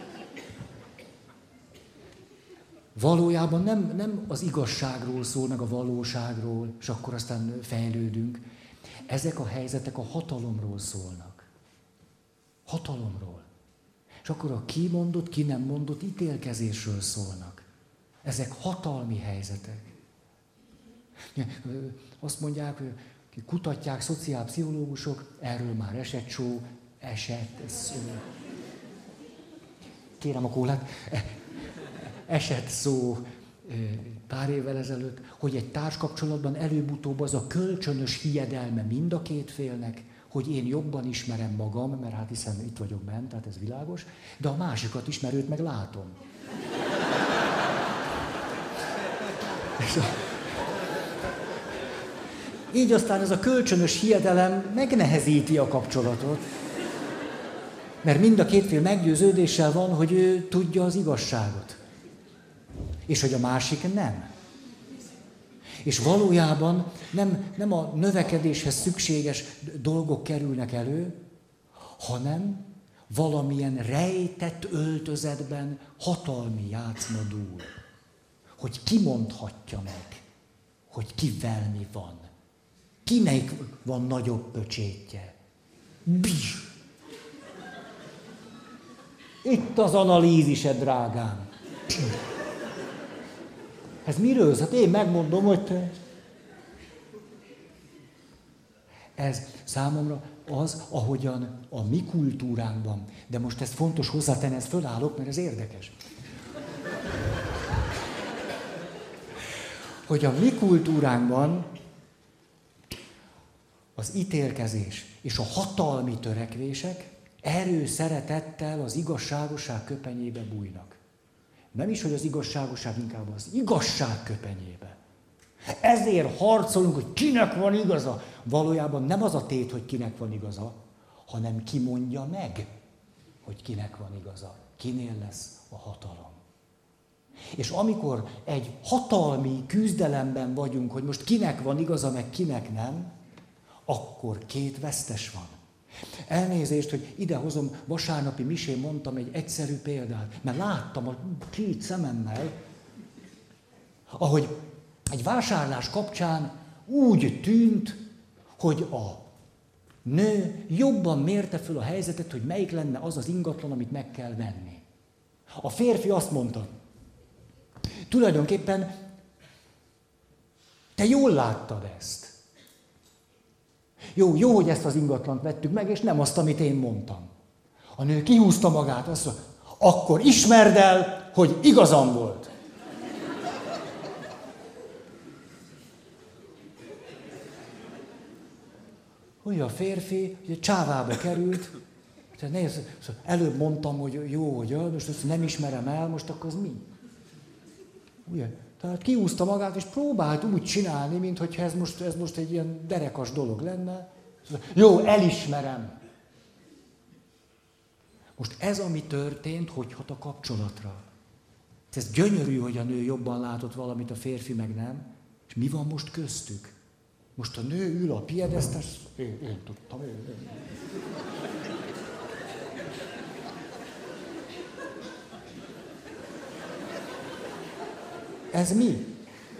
valójában nem, nem az igazságról szól, meg a valóságról, és akkor aztán fejlődünk. Ezek a helyzetek a hatalomról szólnak. Hatalomról. És akkor a ki mondott, ki nem mondott ítélkezésről szólnak. Ezek hatalmi helyzetek. Azt mondják, hogy kutatják szociálpszichológusok, erről már esett szó, esett szó. Kérem a kólát. Esett szó pár évvel ezelőtt, hogy egy társkapcsolatban előbb-utóbb az a kölcsönös hiedelme mind a két félnek, hogy én jobban ismerem magam, mert hát hiszen itt vagyok bent, tehát ez világos, de a másikat is, mert őt meg látom. Így aztán ez a kölcsönös hiedelem megnehezíti a kapcsolatot. Mert mind a két fél meggyőződéssel van, hogy ő tudja az igazságot. És hogy a másik nem. És valójában nem, nem a növekedéshez szükséges dolgok kerülnek elő, hanem valamilyen rejtett öltözetben hatalmi játszma dúl. Hogy ki mondhatja meg, hogy kivel mi van. Kinek van nagyobb pöcsétje. Bzs! Itt az analízise, drágám. Ez miről? Hát én megmondom, hogy te... Ez számomra az, ahogyan a mi kultúránkban, de most ez fontos hozzátenni, ezt fölállok, mert ez érdekes. Hogy a mi kultúránkban az ítélkezés és a hatalmi törekvések erő szeretettel az igazságosság köpenyébe bújnak. Nem is, hogy az igazságosság, inkább az igazság köpenyébe. Ezért harcolunk, hogy kinek van igaza. Valójában nem az a tét, hogy kinek van igaza, hanem ki mondja meg, hogy kinek van igaza. Kinél lesz a hatalom. És amikor egy hatalmi küzdelemben vagyunk, hogy most kinek van igaza, meg kinek nem, akkor két vesztes van. Elnézést, hogy idehozom, vasárnapi misén mondtam egy egyszerű példát, mert láttam a két szememmel, ahogy egy vásárlás kapcsán úgy tűnt, hogy a nő jobban mérte föl a helyzetet, hogy melyik lenne az az ingatlan, amit meg kell venni. A férfi azt mondta, tulajdonképpen te jól láttad ezt. Jó, jó, hogy ezt az ingatlant vettük meg, és nem azt, amit én mondtam. A nő kihúzta magát, azt mondta, akkor ismerd el, hogy igazam volt. Hogy a férfi ugye, csávába került, előbb mondtam, hogy jó, hogy most ezt nem ismerem el, most akkor az mi? Ugye? Tehát kiúzta magát, és próbált úgy csinálni, mintha ez most, ez most egy ilyen derekas dolog lenne. Jó, elismerem. Most ez, ami történt, hogy hat a kapcsolatra? Ez gyönyörű, hogy a nő jobban látott valamit, a férfi meg nem. És mi van most köztük? Most a nő ül a piedesztás, én, én tudtam, én, én. Ez mi?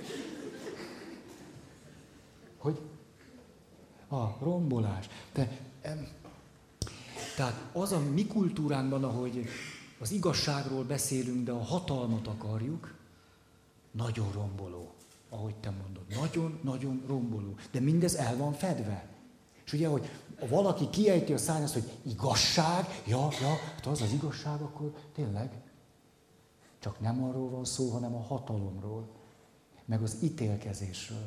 Hogy? A rombolás. De, em, tehát az a mi kultúránkban, ahogy az igazságról beszélünk, de a hatalmat akarjuk, nagyon romboló, ahogy te mondod. Nagyon-nagyon romboló. De mindez el van fedve. És ugye, hogy valaki kiejti a száján azt, hogy igazság, ja, ja, hát az az igazság, akkor tényleg. Csak nem arról van szó, hanem a hatalomról, meg az ítélkezésről.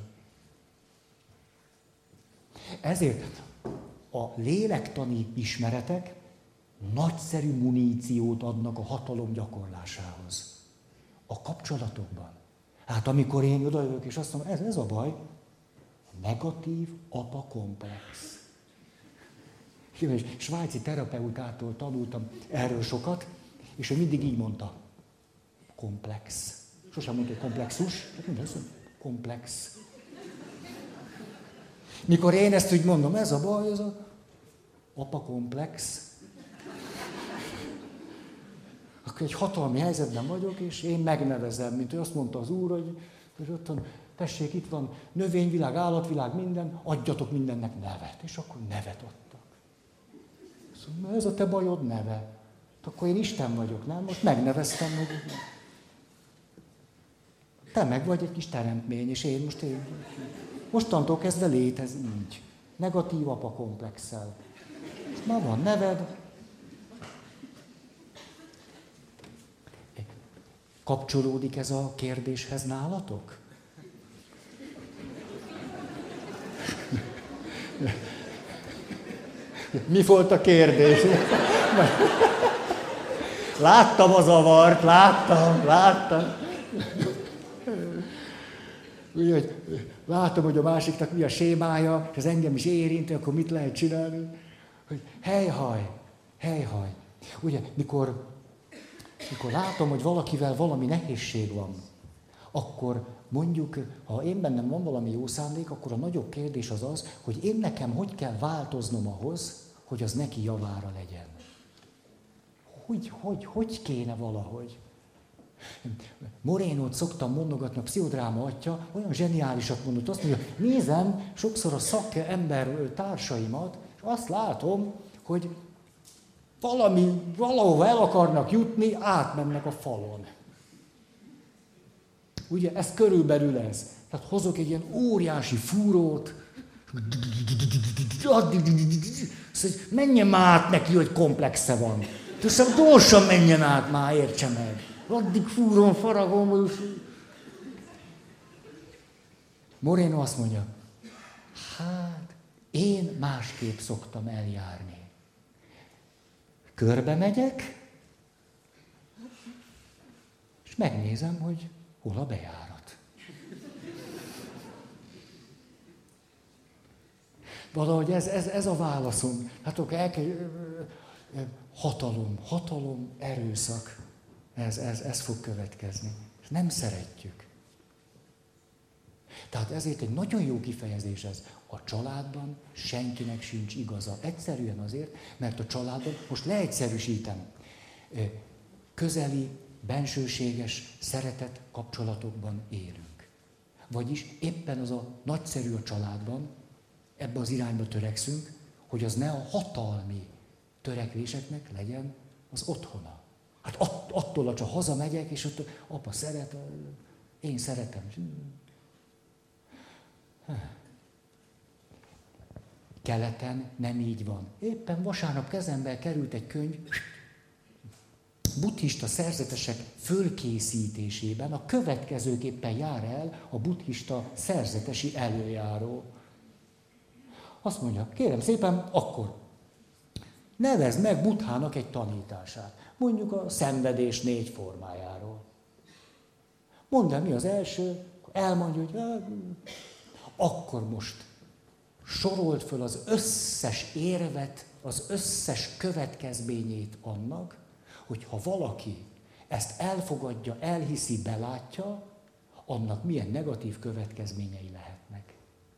Ezért a lélektani ismeretek nagyszerű muníciót adnak a hatalom gyakorlásához. A kapcsolatokban. Hát amikor én odajövök és azt mondom, ez, ez a baj, negatív apa komplex. És svájci terapeutától tanultam erről sokat, és ő mindig így mondta. Komplex. Sosem mondta, hogy komplexus, komplex. Mikor én ezt úgy mondom, ez a baj, ez a apa komplex. akkor egy hatalmi helyzetben vagyok, és én megnevezem, mint hogy azt mondta az Úr, hogy, hogy ott van, tessék, itt van növényvilág, állatvilág, minden, adjatok mindennek nevet. És akkor nevet adtak. Szóval ez a te bajod, neve. Akkor én Isten vagyok, nem? Most megneveztem meg. Te meg vagy egy kis teremtmény, és én most én... Mostantól kezdve létez így. Negatív apa komplexsel. Most már van neved. Kapcsolódik ez a kérdéshez nálatok? Mi volt a kérdés? Láttam a zavart, láttam, láttam. Úgy, hogy látom, hogy a másiknak mi a sémája, és ez engem is érinti, akkor mit lehet csinálni? Hogy helyhaj, helyhaj. Ugye, mikor, mikor látom, hogy valakivel valami nehézség van, akkor mondjuk, ha én bennem van valami jó szándék, akkor a nagyobb kérdés az az, hogy én nekem hogy kell változnom ahhoz, hogy az neki javára legyen. Hogy, hogy, hogy kéne valahogy? Morénót szoktam mondogatni, a pszichodráma atya, olyan zseniálisat mondott, azt mondja, nézem sokszor a szakember társaimat, és azt látom, hogy valami, valahova el akarnak jutni, átmennek a falon. Ugye, ez körülbelül ez. Tehát hozok egy ilyen óriási fúrót, menjen már át neki, hogy komplexe van. Tudom, gyorsan menjen át már, értse meg. Addig fúrom, faragom. Moreno azt mondja, hát én másképp szoktam eljárni. Körbe megyek, és megnézem, hogy hol a bejárat. Valahogy ez, ez, ez a válaszom. Hát akkor el kell... Hatalom, hatalom, erőszak. Ez, ez, ez fog következni. És nem szeretjük. Tehát ezért egy nagyon jó kifejezés ez. A családban senkinek sincs igaza. Egyszerűen azért, mert a családban, most leegyszerűsítem, közeli, bensőséges, szeretett kapcsolatokban élünk. Vagyis éppen az a nagyszerű a családban, ebbe az irányba törekszünk, hogy az ne a hatalmi törekvéseknek legyen az otthona. Hát att, attól, csak hazamegyek, és ott apa szeret, én szeretem. Keleten nem így van. Éppen vasárnap kezembe került egy könyv, buddhista szerzetesek fölkészítésében a következőképpen jár el a buddhista szerzetesi előjáró. Azt mondja, kérem szépen, akkor nevezd meg Buddhának egy tanítását. Mondjuk a szenvedés négy formájáról. Mondd el, mi az első, elmondja, hogy hát, akkor most sorold föl az összes érvet, az összes következményét annak, hogy ha valaki ezt elfogadja, elhiszi, belátja, annak milyen negatív következményei lehetnek.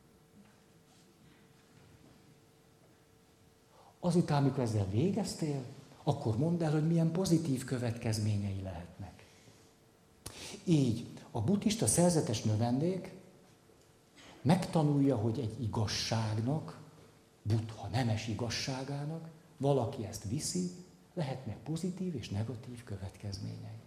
Azután, amikor ezzel végeztél, akkor mondd el, hogy milyen pozitív következményei lehetnek. Így a buddhista szerzetes növendék megtanulja, hogy egy igazságnak, Buddha nemes igazságának, valaki ezt viszi, lehetnek pozitív és negatív következményei.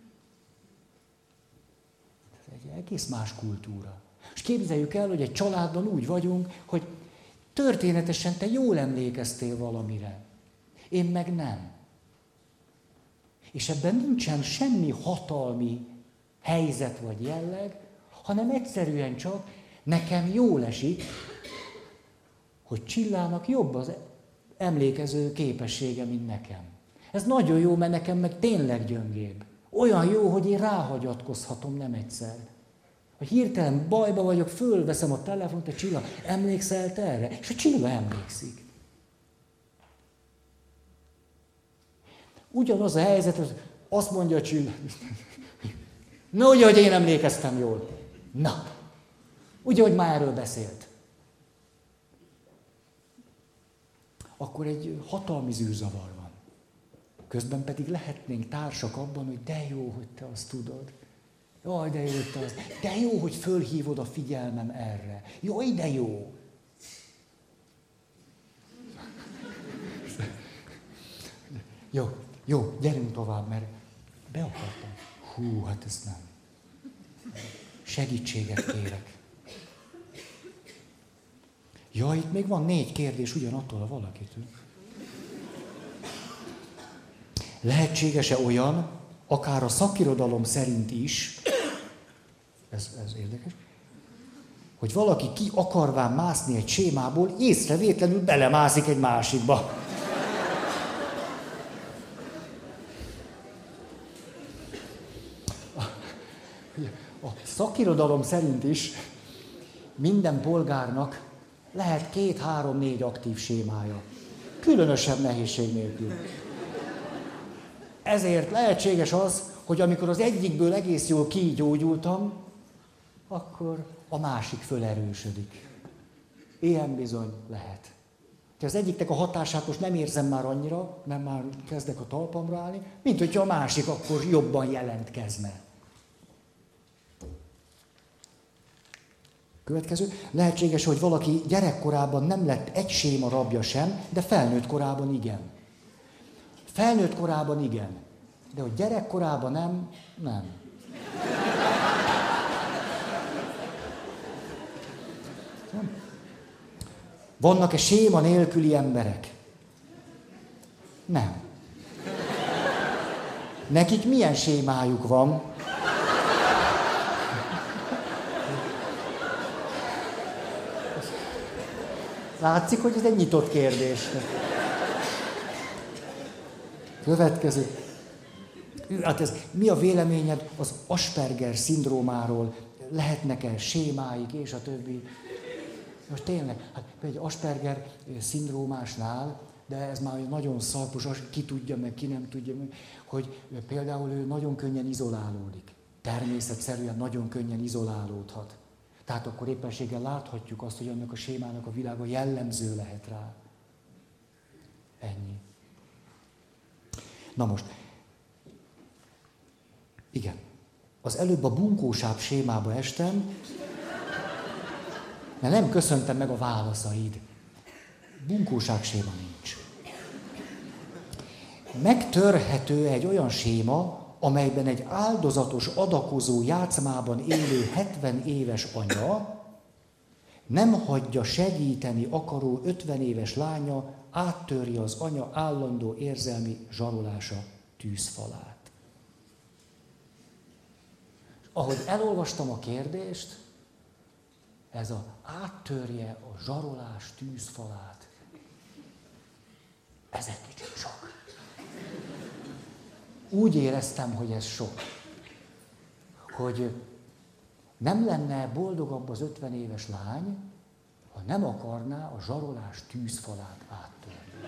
Ez egy egész más kultúra. És képzeljük el, hogy egy családban úgy vagyunk, hogy történetesen te jól emlékeztél valamire. Én meg nem. És ebben nincsen semmi hatalmi helyzet vagy jelleg, hanem egyszerűen csak nekem jól esik, hogy Csillának jobb az emlékező képessége, mint nekem. Ez nagyon jó, mert nekem meg tényleg gyöngébb. Olyan jó, hogy én ráhagyatkozhatom nem egyszer. Ha hirtelen bajba vagyok, fölveszem a telefont, hogy Csilla, emlékszel te erre? És a Csilla emlékszik. Ugyanaz a helyzet, az azt mondja a Csilla. Na, ugye, hogy én emlékeztem jól. Na, ugye, hogy már erről beszélt. Akkor egy hatalmi zűrzavar van. Közben pedig lehetnénk társak abban, hogy de jó, hogy te azt tudod. Jaj, de jó, hogy te azt. De jó, hogy fölhívod a figyelmem erre. Jaj, de jó. Jó, jó, gyerünk tovább, mert be akartam. Hú, hát ez nem. Segítséget kérek. Ja, itt még van négy kérdés ugyanattól a valakitől. Lehetséges-e olyan, akár a szakirodalom szerint is, ez, ez érdekes, hogy valaki ki akarván mászni egy sémából, észrevétlenül belemászik egy másikba. A szakirodalom szerint is minden polgárnak lehet két, három, négy aktív sémája. Különösebb nehézség nélkül. Ezért lehetséges az, hogy amikor az egyikből egész jól kigyógyultam, akkor a másik fölerősödik. Ilyen bizony lehet. Az egyiknek a hatását most nem érzem már annyira, mert már kezdek a talpamra állni, mint hogyha a másik akkor jobban jelentkezne. Következő. Lehetséges, hogy valaki gyerekkorában nem lett egy séma rabja sem, de felnőtt korában igen. Felnőtt korában igen, de hogy gyerekkorában nem, nem. nem. Vannak-e séma nélküli emberek? Nem. Nekik milyen sémájuk van? Látszik, hogy ez egy nyitott kérdés. Következő. Hát ez, mi a véleményed az Asperger szindrómáról? Lehetnek-e sémáik, és a többi? Most tényleg, hát egy Asperger szindrómásnál, de ez már nagyon szalpos, ki tudja meg, ki nem tudja meg, hogy például ő nagyon könnyen izolálódik. Természetszerűen nagyon könnyen izolálódhat. Tehát akkor éppenséggel láthatjuk azt, hogy annak a sémának a világa jellemző lehet rá. Ennyi. Na most, igen, az előbb a bunkósább sémába estem, mert nem köszöntem meg a válaszaid. Bunkóság séma nincs. Megtörhető egy olyan séma, amelyben egy áldozatos, adakozó játszmában élő hetven éves anya nem hagyja segíteni akaró ötven éves lánya, áttörje az anya állandó érzelmi zsarolása tűzfalát. Ahogy elolvastam a kérdést, ez a áttörje a zsarolás tűzfalát, ez egy kicsit sok. Úgy éreztem, hogy ez sok. Hogy nem lenne boldogabb az ötven éves lány, ha nem akarná a zsarolás tűzfalát áttörni.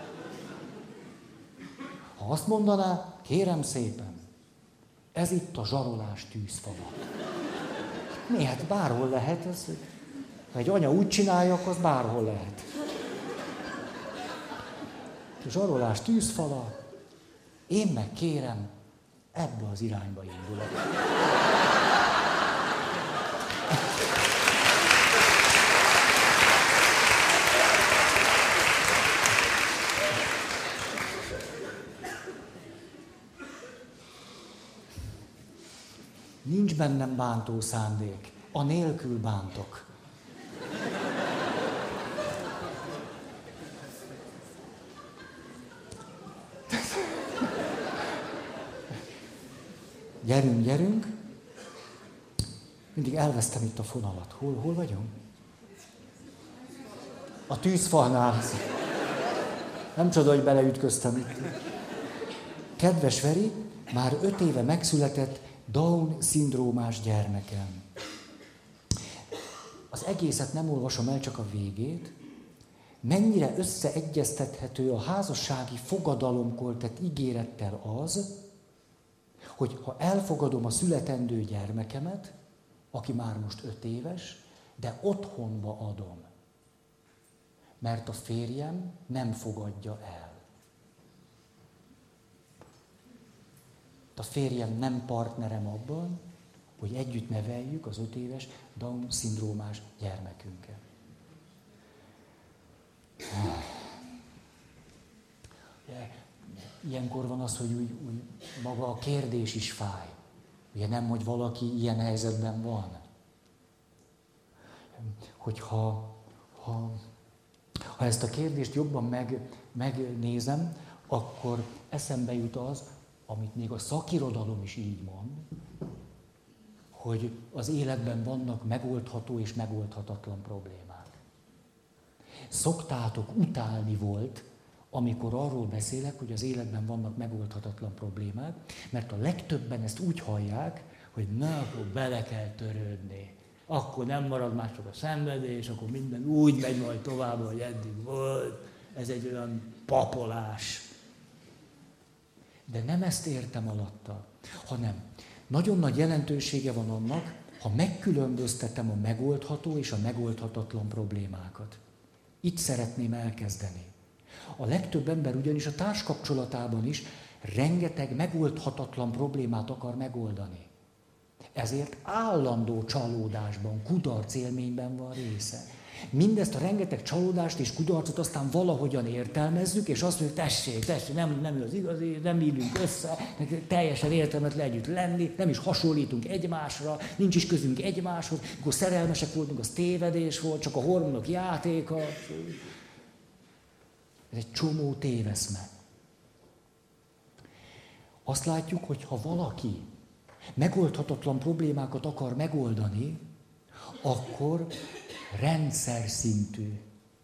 Ha azt mondaná, kérem szépen, ez itt a zsarolás tűzfala. Mi, hát bárhol lehet ez. Ha egy anya úgy csinálja, akkor az bárhol lehet. A zsarolás tűzfala, én meg kérem, ebbe az irányba indulok. Nincs bennem bántó szándék, anélkül bántok. Gyerünk, gyerünk. Mindig elvesztem itt a fonalat. Hol, hol vagyunk? A tűzfalnál. Nem csoda, hogy beleütköztem itt. Kedves Veri, már öt éve megszületett Down-szindrómás gyermekem. Az egészet nem olvasom el, csak a végét. Mennyire összeegyeztethető a házassági fogadalomkor tett ígérettel az, hogy ha elfogadom a születendő gyermekemet, aki már most öt éves, de otthonba adom, mert a férjem nem fogadja el. a férjem nem partnerem abban, hogy együtt neveljük az öt éves Down-szindrómás gyermekünket. Ilyenkor van az, hogy úgy, úgy maga a kérdés is fáj. Ugye nem, hogy valaki ilyen helyzetben van. Hogyha ha, ha ezt a kérdést jobban meg, megnézem, akkor eszembe jut az, amit még a szakirodalom is így mond, hogy az életben vannak megoldható és megoldhatatlan problémák. Szoktátok utálni volt, amikor arról beszélek, hogy az életben vannak megoldhatatlan problémák, mert a legtöbben ezt úgy hallják, hogy na, akkor bele kell törődni. Akkor nem marad már csak a szenvedés, akkor minden úgy megy majd tovább, ahogy eddig volt. Ez egy olyan papolás. De nem ezt értem alatta, hanem nagyon nagy jelentősége van annak, ha megkülönböztetem a megoldható és a megoldhatatlan problémákat. Itt szeretném elkezdeni. A legtöbb ember ugyanis a társkapcsolatában is rengeteg megoldhatatlan problémát akar megoldani. Ezért állandó csalódásban, kudarc élményben van része. Mindezt a rengeteg csalódást és kudarcot aztán valahogyan értelmezzük, és azt mondjuk, tessék, tessék, nem, nem az igazi, nem illünk össze, teljesen értelmetlen együtt lenni, nem is hasonlítunk egymásra, nincs is közünk egymáshoz, amikor szerelmesek voltunk, az tévedés volt, csak a hormonok játéka. Ez egy csomó téveszme. Azt látjuk, hogy ha valaki megoldhatatlan problémákat akar megoldani, akkor rendszer szintű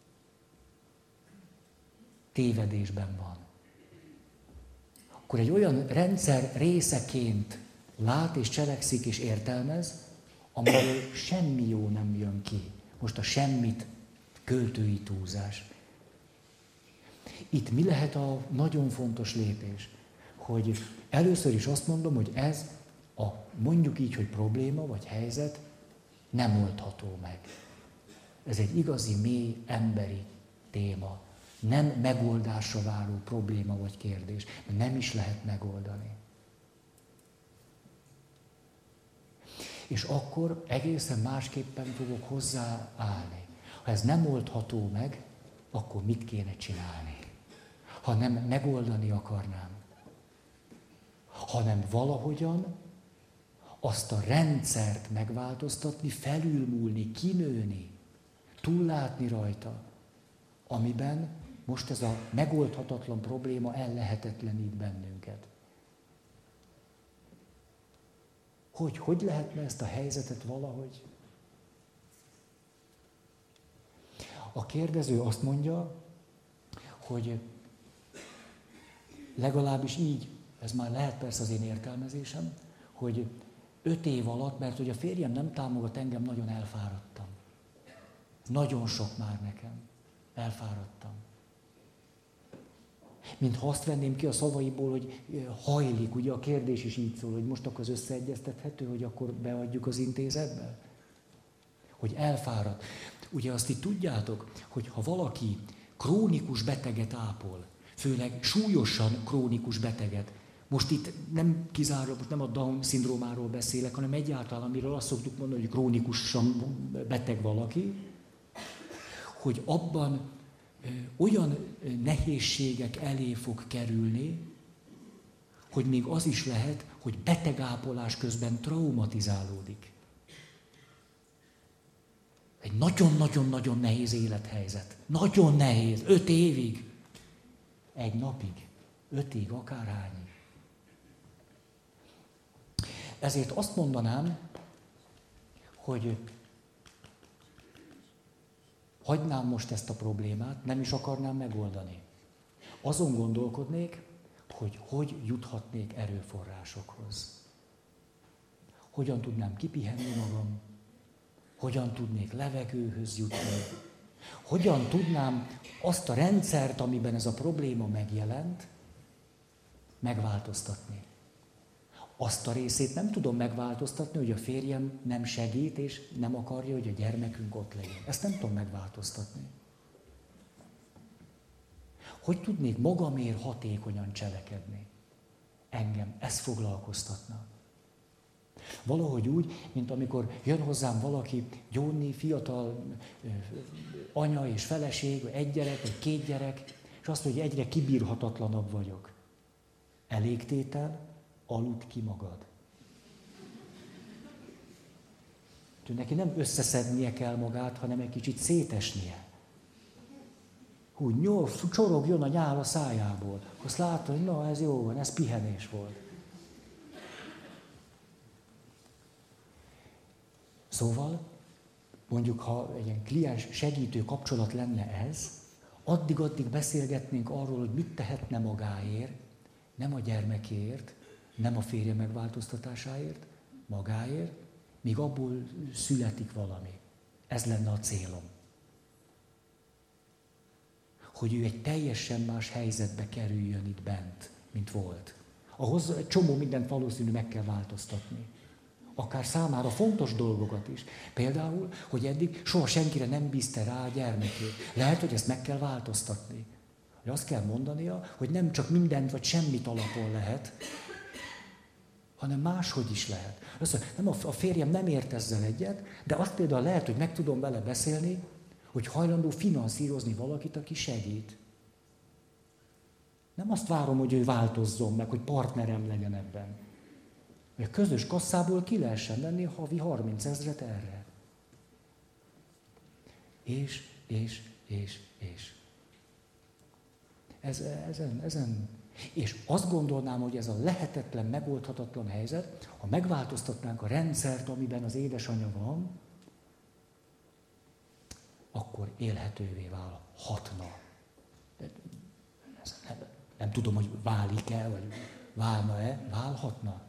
tévedésben van. Akkor egy olyan rendszer részeként lát és cselekszik és értelmez, amiből semmi jó nem jön ki. Most a semmit költői túlzás. Itt mi lehet a nagyon fontos lépés? Hogy először is azt mondom, hogy ez a mondjuk így, hogy probléma vagy helyzet nem oldható meg. Ez egy igazi, mély, emberi téma. Nem megoldásra váró probléma vagy kérdés. Nem is lehet megoldani. És akkor egészen másképpen fogok hozzáállni. Ha ez nem oldható meg, akkor mit kéne csinálni? Ha nem megoldani akarnám, hanem valahogyan azt a rendszert megváltoztatni, felülmúlni, kinőni, túllátni rajta, amiben most ez a megoldhatatlan probléma ellehetetlenít bennünket. Hogy, hogy lehetne ezt a helyzetet valahogy? A kérdező azt mondja, hogy legalábbis így, ez már lehet persze az én értelmezésem, hogy öt év alatt, mert hogy a férjem nem támogat engem, nagyon elfáradtam. Nagyon sok már nekem. Elfáradtam. Mintha azt venném ki a szavaiból, hogy hajlik, ugye a kérdés is így szól, hogy most akkor az összeegyeztethető, hogy akkor beadjuk az intézetbe? Hogy elfárad. Ugye azt itt tudjátok, hogy ha valaki krónikus beteget ápol, főleg súlyosan krónikus beteget, most itt nem kizárólag, most nem a Down-szindrómáról beszélek, hanem egyáltalán, amiről azt szoktuk mondani, hogy krónikusan beteg valaki, hogy abban olyan nehézségek elé fog kerülni, hogy még az is lehet, hogy betegápolás közben traumatizálódik. Egy nagyon-nagyon-nagyon nehéz élethelyzet. Nagyon nehéz. Öt évig. Egy napig. Ötig, akárhányig. Ezért azt mondanám, hogy hagynám most ezt a problémát, nem is akarnám megoldani. Azon gondolkodnék, hogy hogy juthatnék erőforrásokhoz. Hogyan tudnám kipihenni magam, hogyan tudnék levegőhöz jutni, hogyan tudnám azt a rendszert, amiben ez a probléma megjelent, megváltoztatni. Azt a részét nem tudom megváltoztatni, hogy a férjem nem segít, és nem akarja, hogy a gyermekünk ott legyen. Ezt nem tudom megváltoztatni. Hogy tudnék magamért hatékonyan cselekedni? Engem engem, ez foglalkoztatna. Valahogy úgy, mint amikor jön hozzám valaki, gyónni, fiatal anya és feleség, vagy egy gyerek, vagy két gyerek, és azt mondja, hogy egyre kibírhatatlanabb vagyok. Elégtétel, aludd ki magad. Neki nem összeszednie kell magát, hanem egy kicsit szétesnie. Úgy nyolc, csorogjon a nyál a szájából. Azt látod, hogy na, ez jó van, ez pihenés volt. Szóval, mondjuk, ha egy ilyen kliens segítő kapcsolat lenne ez, addig-addig beszélgetnénk arról, hogy mit tehetne magáért, nem a gyermekéért, nem a férje megváltoztatásáért, magáért, míg abból születik valami. Ez lenne a célom. Hogy ő egy teljesen más helyzetbe kerüljön itt bent, mint volt. Ahhoz egy csomó mindent valószínű meg kell változtatni. Akár számára fontos dolgokat is. Például, hogy eddig soha senkire nem bízte rá a gyermekét. Lehet, hogy ezt meg kell változtatni. Hogy azt kell mondania, hogy nem csak mindent vagy semmit alapon lehet, hanem máshogy is lehet. Azt mondja, nem, a férjem nem ért ezzel egyet, de azt például lehet, hogy meg tudom vele beszélni, hogy hajlandó finanszírozni valakit, aki segít. Nem azt várom, hogy ő változzon meg, hogy partnerem legyen ebben. Hogy a közös kasszából ki lehessen venni havi harminc ezret erre. És, és, és, és. Ez, ezen, ezen. És azt gondolnám, hogy ez a lehetetlen, megoldhatatlan helyzet, ha megváltoztatnánk a rendszert, amiben az édesanyja van, akkor élhetővé válhatna. Nem, nem tudom, hogy válik-e, vagy válna-e, válhatna.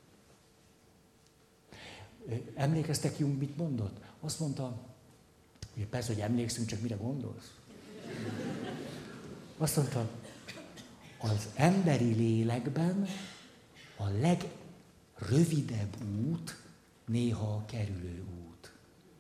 Emlékeztek, Jung mit mondott? Azt mondta, hogy persze, hogy emlékszünk, csak mire gondolsz? Azt mondta, az emberi lélekben a legrövidebb út néha a kerülő út.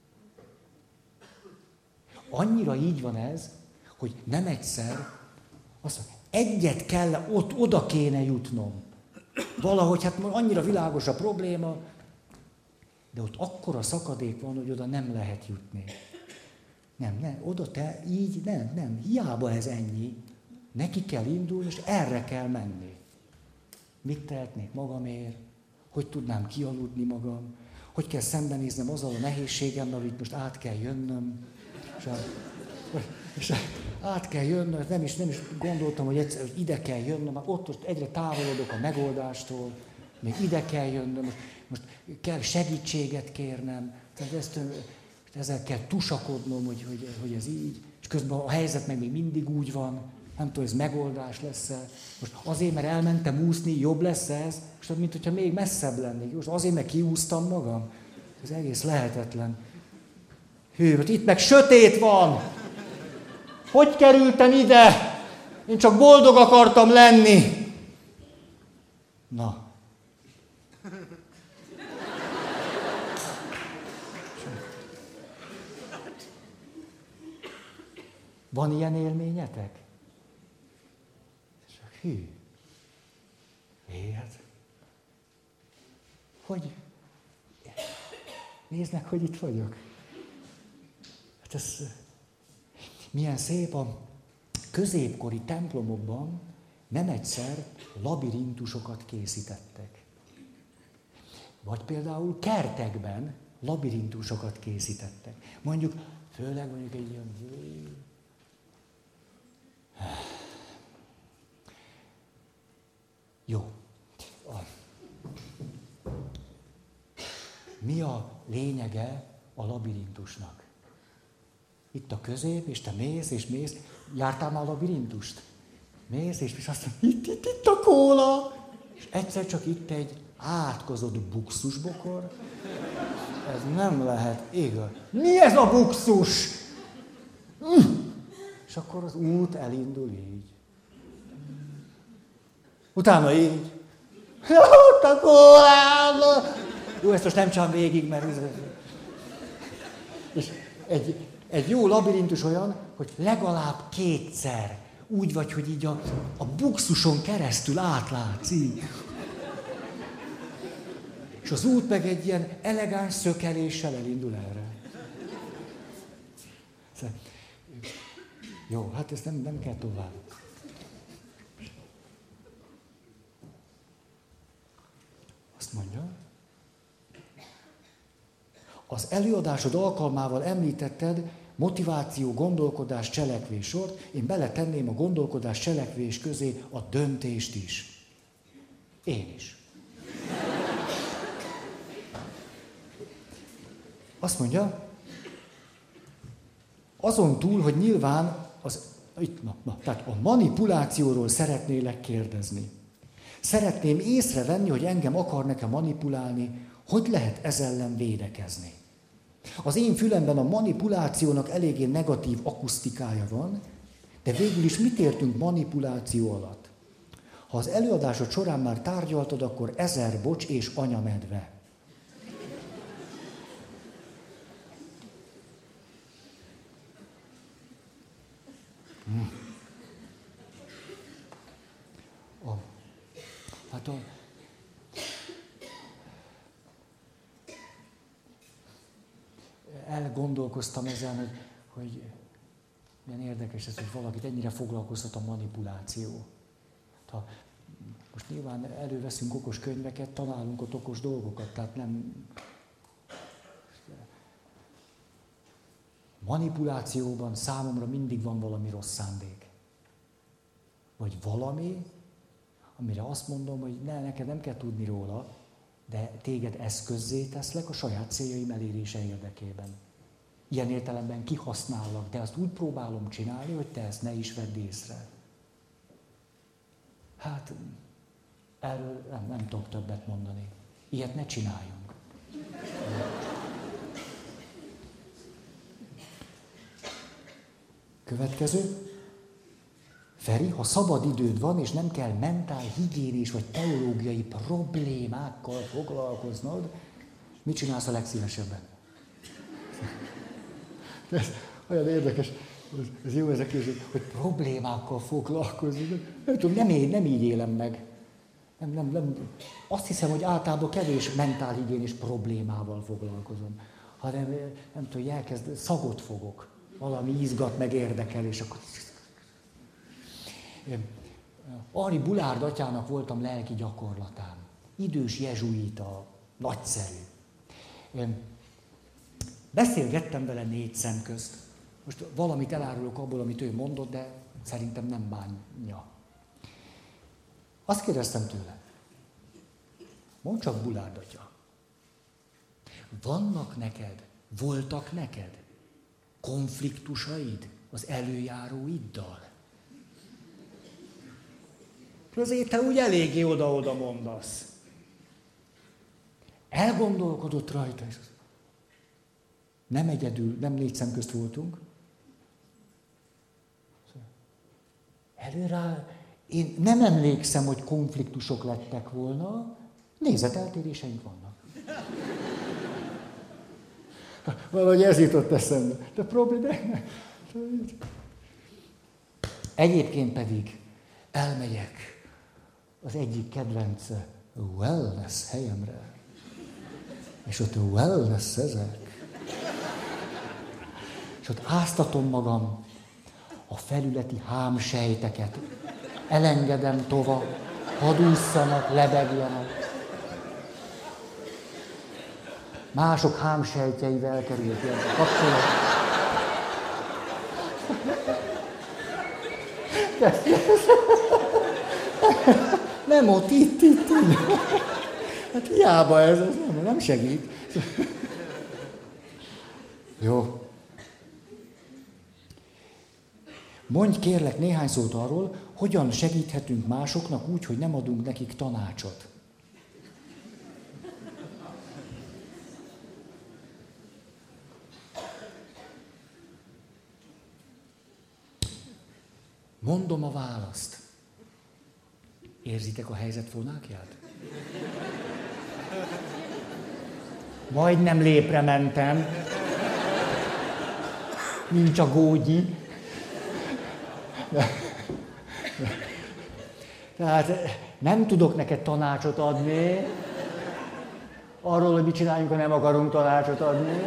Annyira így van ez, hogy nem egyszer, azt mondja, egyet kell, ott oda kéne jutnom. Valahogy, hát annyira világos a probléma, de ott akkora szakadék van, hogy oda nem lehet jutni. Nem, nem, oda te, így, nem, nem, hiába ez ennyi. Neki kell indulni, és erre kell menni. Mit tehetnék magamért? Hogy tudnám kialudni magam? Hogy kell szembenéznem azzal a nehézségemmel, hogy most át kell jönnöm? És, a, és át kell jönnöm, nem is, nem is gondoltam, hogy egyszer hogy ide kell jönnöm, mert ott most egyre távolodok a megoldástól, még ide kell jönnöm, most, most kell segítséget kérnem, tehát ezt, ezzel kell tusakodnom, hogy, hogy, hogy ez így, és közben a helyzet meg még mindig úgy van, nem tudom, ez megoldás lesz-e. Most azért, mert elmentem úszni, jobb lesz ez? Most mint hogyha még messzebb lennék. Most azért, mert kiúztam magam. Ez egész lehetetlen. Hű, hogy itt meg sötét van. Hogy kerültem ide? Én csak boldog akartam lenni. Na. Van ilyen élményetek? Hű. Éhet. Hogy? Néznek, hogy itt vagyok. Hát ez milyen szép, a középkori templomokban nem egyszer labirintusokat készítettek. Vagy például kertekben labirintusokat készítettek. Mondjuk, főleg mondjuk egy ilyen... Jó. Mi a lényege a labirintusnak? Itt a közép, és te mész, és mész. Jártál már a labirintust? Mész, és, és azt mondja, itt, itt, itt a kóla. És egyszer csak itt egy átkozott buxusbokor. Ez nem lehet igaz. Mi ez a buxus? És akkor az út elindul így. Utána így. Ott a kólám! Jó, ezt most nem csinálom végig, mert... És egy, egy jó labirintus olyan, hogy legalább kétszer úgy vagy, hogy így a, a buxuson keresztül átlátsz így. És az út meg egy ilyen elegáns szökeléssel elindul erre. Jó, hát ezt nem, nem kell tovább. Azt mondja, az előadásod alkalmával említetted motiváció, gondolkodás, cselekvés sort, én beletenném a gondolkodás, cselekvés közé a döntést is. Én is. Azt mondja, azon túl, hogy nyilván az, itt, na, na, tehát a manipulációról szeretnélek kérdezni. Szeretném észrevenni, hogy engem akar nekem manipulálni, hogy lehet ez ellen védekezni. Az én fülemben a manipulációnak eléggé negatív akusztikája van, de végül is mit értünk manipuláció alatt? Ha az előadásod során már tárgyaltad, akkor ezer bocs és anyamedve. Hm. A, hát a, elgondolkoztam ezen, hogy, hogy milyen érdekes ez, hogy valakit ennyire foglalkoztat a manipuláció. Ha most nyilván előveszünk okos könyveket, találunk ott okos dolgokat, tehát nem... Manipulációban számomra mindig van valami rossz szándék. Vagy valami, amire azt mondom, hogy ne, neked nem kell tudni róla, de téged eszközzé teszlek a saját céljaim elérése érdekében. Ilyen értelemben kihasznállak, de azt úgy próbálom csinálni, hogy te ezt ne is vedd észre. Hát, erről nem, nem tudok többet mondani. Ilyet ne csináljunk. Következő. Feri, ha szabad időd van, és nem kell mentálhigiénés vagy teológiai problémákkal foglalkoznod, mit csinálsz a legszívesebben? Ez olyan érdekes, ez jó ez a kérdés, hogy problémákkal foglalkozni. Nem tudom, nem, én, nem így élem meg. Nem, nem, nem. Azt hiszem, hogy általában kevés mentálhigiénés problémával foglalkozom. Hanem, nem tudom, elkezd, szagot fogok. Valami izgat, meg érdekel, és akkor... Ari Bulárd atyának voltam lelki gyakorlatán. Idős jezsuita, nagyszerű. Beszélgettem vele négy szem közt. Most valamit elárulok abból, amit ő mondott, de szerintem nem bánja. Azt kérdeztem tőle. Mondd csak, Bulárd atya. Vannak neked, voltak neked konfliktusaid az előjáróiddal? Azért te úgy eléggé oda-oda mondasz. Elgondolkodott rajta, és nem egyedül, nem négy szem közt voltunk. Előrá, én nem emlékszem, hogy konfliktusok lettek volna, nézeteltéréseink vannak. Valahogy ez jutott eszembe. De probléma. Egyébként pedig elmegyek az egyik kedvenc wellness helyemre. És ott wellness ezek. És ott áztatom magam a felületi hámsejteket. Elengedem tova, hadd ússzanak, lebegjenek. Mások hámsejtjeivel került ilyen kapcsolat. Nem ott, itt, itt, itt. Hát hiába ez, ez nem, nem segít. Jó. Mondj kérlek néhány szót arról, hogyan segíthetünk másoknak úgy, hogy nem adunk nekik tanácsot. Mondom a választ. Érzitek a helyzet fonákját? Majdnem lépre mentem. Nincs a gógyi. Tehát nem tudok neked tanácsot adni. arról, hogy mit csináljunk, ha nem akarunk tanácsot adni.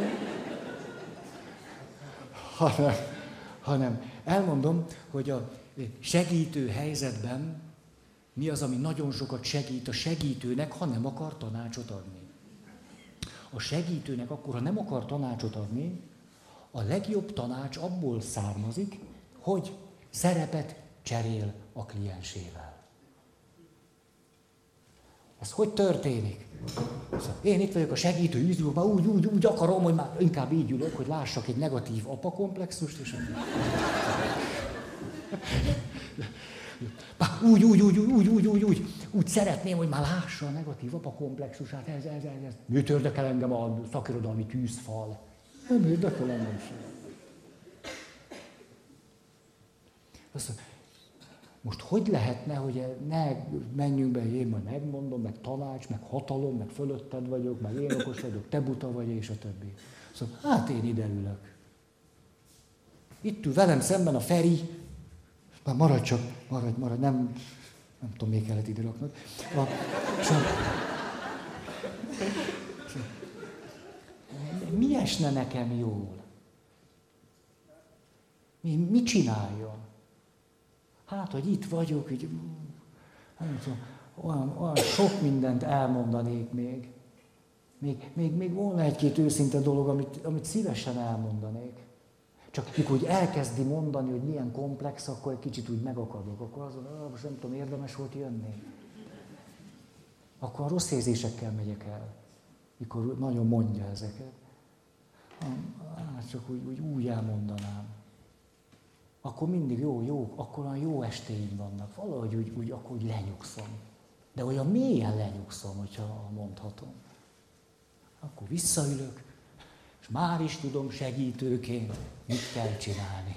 Hanem, hanem elmondom, hogy a segítő helyzetben mi az, ami nagyon sokat segít a segítőnek, ha nem akar tanácsot adni. A segítőnek akkor, ha nem akar tanácsot adni, a legjobb tanács abból származik, hogy szerepet cserél a kliensével. Ez hogy történik? Én itt vagyok a segítő, így, már úgy, úgy, úgy akarom, hogy már inkább így ülök, hogy lássak egy negatív apakomplexust, és úgy, úgy, úgy, úgy, úgy, úgy, úgy, úgy szeretném, hogy már lássa a negatív apakomplexusát, ez, ez, ez, ez. Mit érdekel engem a szakirodalmi tűzfal? Nem érdekel engem sem. Azt most hogy lehetne, hogy ne menjünk be, én majd megmondom, meg tanács, meg hatalom, meg fölötted vagyok, meg én okos vagyok, te buta vagy, és a többi. Szóval, hát én ide ülök. Itt ül velem szemben a Feri, már maradj csak, maradj, maradj, nem, nem tudom, még kellett ide raknod. A, csak, mi esne nekem jól? Mi, mit csináljon? Hát, hogy itt vagyok, így, nem tudom, olyan, olyan sok mindent elmondanék még. Még, még, még volna egy-két őszinte dolog, amit, amit szívesen elmondanék. Csak mikor úgy elkezdi mondani, hogy milyen komplex, akkor egy kicsit úgy megakadok. Akkor azon, ah, most nem tudom, érdemes volt jönni. Akkor a rossz érzésekkel megyek el, mikor nagyon mondja ezeket. Hát csak úgy, úgy, úgy elmondanám. Akkor mindig jó, jó, akkor olyan jó estéim vannak. Valahogy úgy, úgy, akkor úgy lenyugszom. De olyan mélyen lenyugszom, hogyha mondhatom. Akkor visszaülök, és már is tudom segítőként, mit kell csinálni.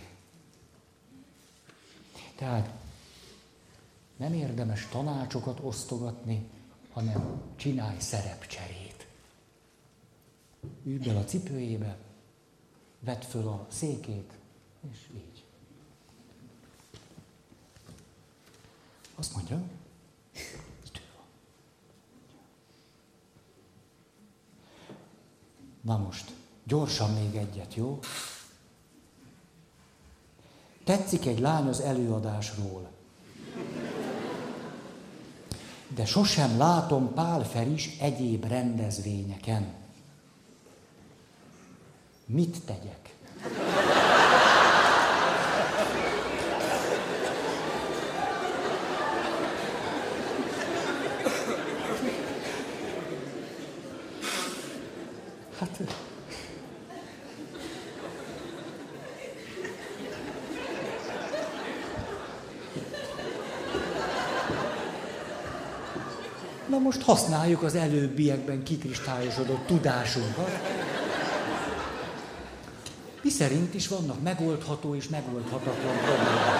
Tehát nem érdemes tanácsokat osztogatni, hanem csinálj szerepcserét. Ülj bele a cipőjébe, vedd föl a székét, és így. Azt mondja, idő van. Na most, gyorsan még egyet, jó? Tetszik egy lány az előadásról. De sosem látom Pál Feris egyéb rendezvényeken. Mit tegyek? Hát... Na most használjuk az előbbiekben kikristályosodott tudásunkat. Mi szerint is vannak megoldható és megoldhatatlan problémák.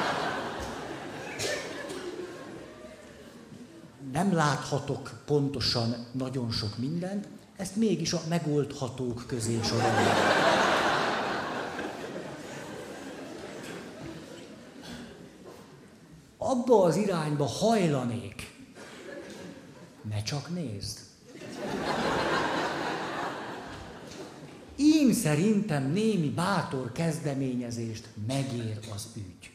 Nem láthatok pontosan nagyon sok mindent, ezt mégis a megoldhatók közé soroljuk. Abba az irányba hajlanék. Ne csak nézd. Én szerintem némi bátor kezdeményezést megér az ügy.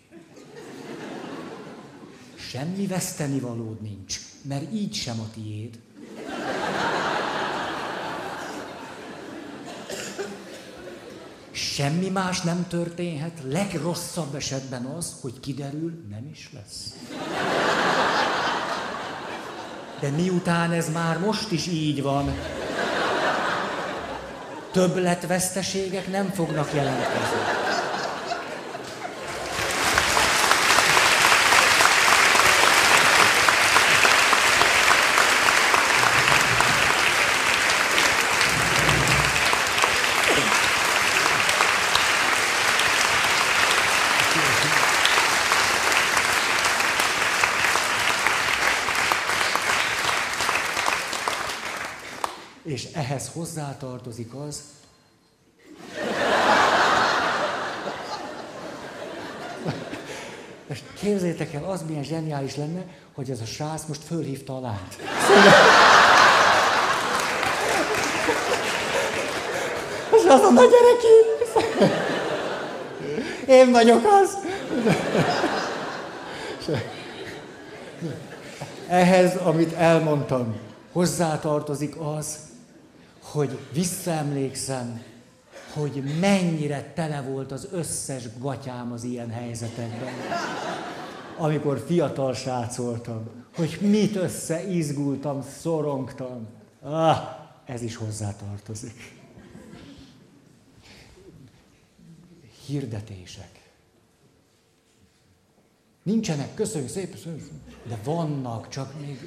Semmi vesztenivalód nincs, mert így sem a tiéd. Semmi más nem történhet, legrosszabb esetben az, hogy kiderül, nem is lesz. De miután ez már most is így van, többletveszteségek nem fognak jelentkezni. És ehhez hozzátartozik az, és képzeljétek el, az milyen zseniális lenne, hogy ez a srác most fölhívta a lányt. azonnal, gyere ki! Én vagyok az! Ehhez, amit elmondtam, hozzátartozik az, hogy visszaemlékszem, hogy mennyire tele volt az összes gatyám az ilyen helyzetekben. Amikor fiatal srác voltam, hogy mit összeizgultam, szorongtam. Ah, ez is hozzátartozik. Hirdetések. Nincsenek, köszönjük szépen, de vannak, csak még...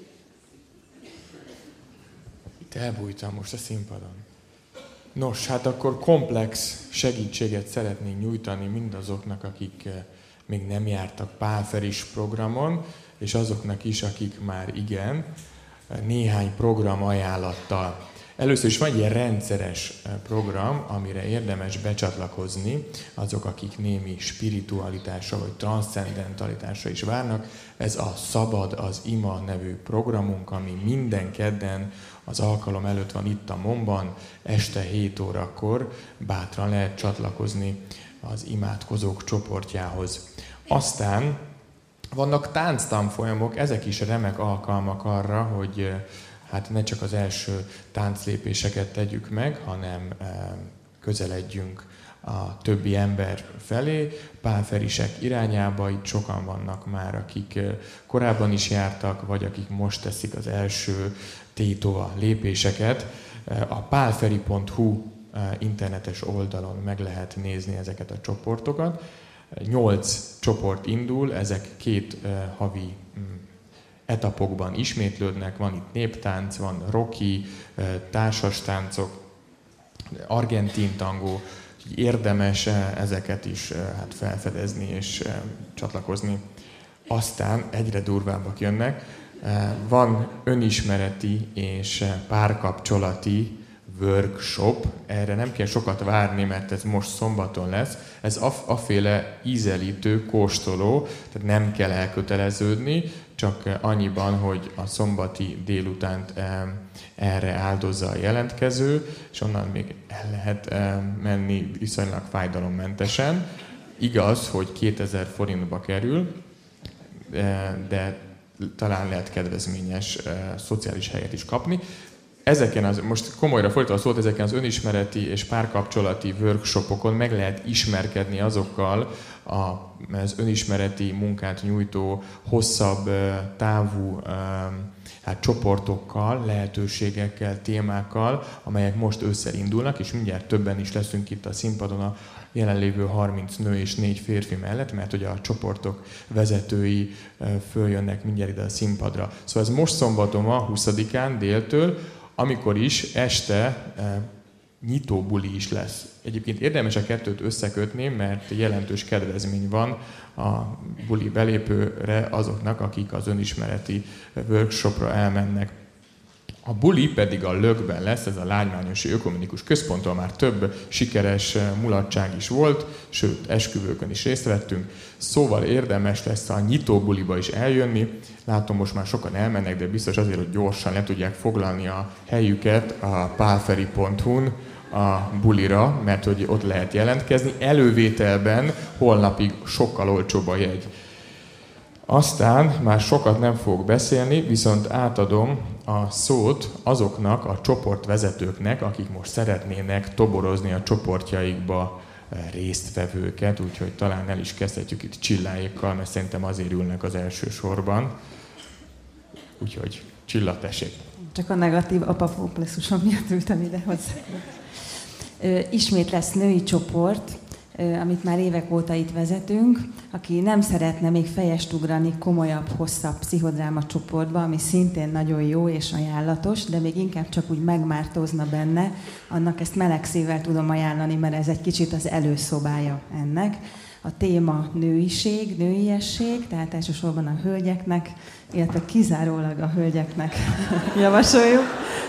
Itt elbújtam most a színpadon. Nos, hát akkor komplex segítséget szeretnénk nyújtani mindazoknak, akik még nem jártak Pálferis programon, és azoknak is, akik már igen, néhány program ajánlattal. Először is van egy ilyen rendszeres program, amire érdemes becsatlakozni, azok, akik némi spiritualitásra vagy transzcendentalitásra is várnak. Ez a Szabad az Ima nevű programunk, ami minden kedden az alkalom előtt van itt a Momban, este hét órakor bátran lehet csatlakozni az imádkozók csoportjához. Aztán vannak tánctanfolyamok, ezek is remek alkalmak arra, hogy hát ne csak az első tánclépéseket tegyük meg, hanem közeledjünk a többi ember felé, pálferisek irányába. Itt sokan vannak már, akik korábban is jártak, vagy akik most teszik az első tétova lépéseket. A pálferi pont hu internetes oldalon meg lehet nézni ezeket a csoportokat. Nyolc csoport indul, ezek két havi etapokban ismétlődnek, van itt néptánc, van rocky, társas táncok, argentin tangó, érdemes ezeket is hát felfedezni és csatlakozni. Aztán egyre durvábbak jönnek, van önismereti és párkapcsolati workshop, erre nem kell sokat várni, mert ez most szombaton lesz. Ez aféle ízelítő, kóstoló, tehát nem kell elköteleződni, csak annyiban, hogy a szombati délutánt erre áldozza a jelentkező, és onnan még el lehet menni viszonylag fájdalommentesen. Igaz, hogy kétezer forintba kerül, de talán lehet kedvezményes szociális helyet is kapni. Ezeken az, most komolyra fordítva szólt, ezeken az önismereti és párkapcsolati workshopokon meg lehet ismerkedni azokkal az önismereti munkát nyújtó hosszabb távú hát, csoportokkal, lehetőségekkel, témákkal, amelyek most ősszel indulnak, és mindjárt többen is leszünk itt a színpadon a jelenlévő harminc nő és négy férfi mellett, mert ugye a csoportok vezetői följönnek mindjárt ide a színpadra. Szóval ez most szombaton van, huszadikán déltől, amikor is este e, nyitóbuli is lesz. Egyébként érdemes a kettőt összekötni, mert jelentős kedvezmény van a buli belépőre azoknak, akik az önismereti workshopra elmennek. A buli pedig a Lökben lesz, ez a Lágymányosi Ökumenikus Központtól már több sikeres mulatság is volt, sőt, esküvőkön is részt vettünk, szóval érdemes lesz a nyitóbuliba is eljönni. Látom, most már sokan elmennek, de biztos azért, hogy gyorsan le tudják foglalni a helyüket a pálferi pont hu-n a bulira, mert hogy ott lehet jelentkezni. Elővételben holnapig sokkal olcsóbb a jegy. Aztán már sokat nem fogok beszélni, viszont átadom a szót azoknak a csoportvezetőknek, akik most szeretnének toborozni a csoportjaikba résztvevőket, úgyhogy talán el is kezdhetjük itt Csilláékkal, mert szerintem azért ülnek az első sorban. Úgyhogy Csilla, tessék! Csak a negatív apapoplexusom miatt ültem ide hozzá. Ismét lesz női csoport, amit már évek óta itt vezetünk, aki nem szeretne még fejest ugrani komolyabb, hosszabb pszichodráma csoportba, ami szintén nagyon jó és ajánlatos, de még inkább csak úgy megmártózna benne, annak ezt meleg szívvel tudom ajánlani, mert ez egy kicsit az előszobája ennek. A téma nőiség, nőiesség, tehát elsősorban a hölgyeknek, illetve kizárólag a hölgyeknek javasoljuk.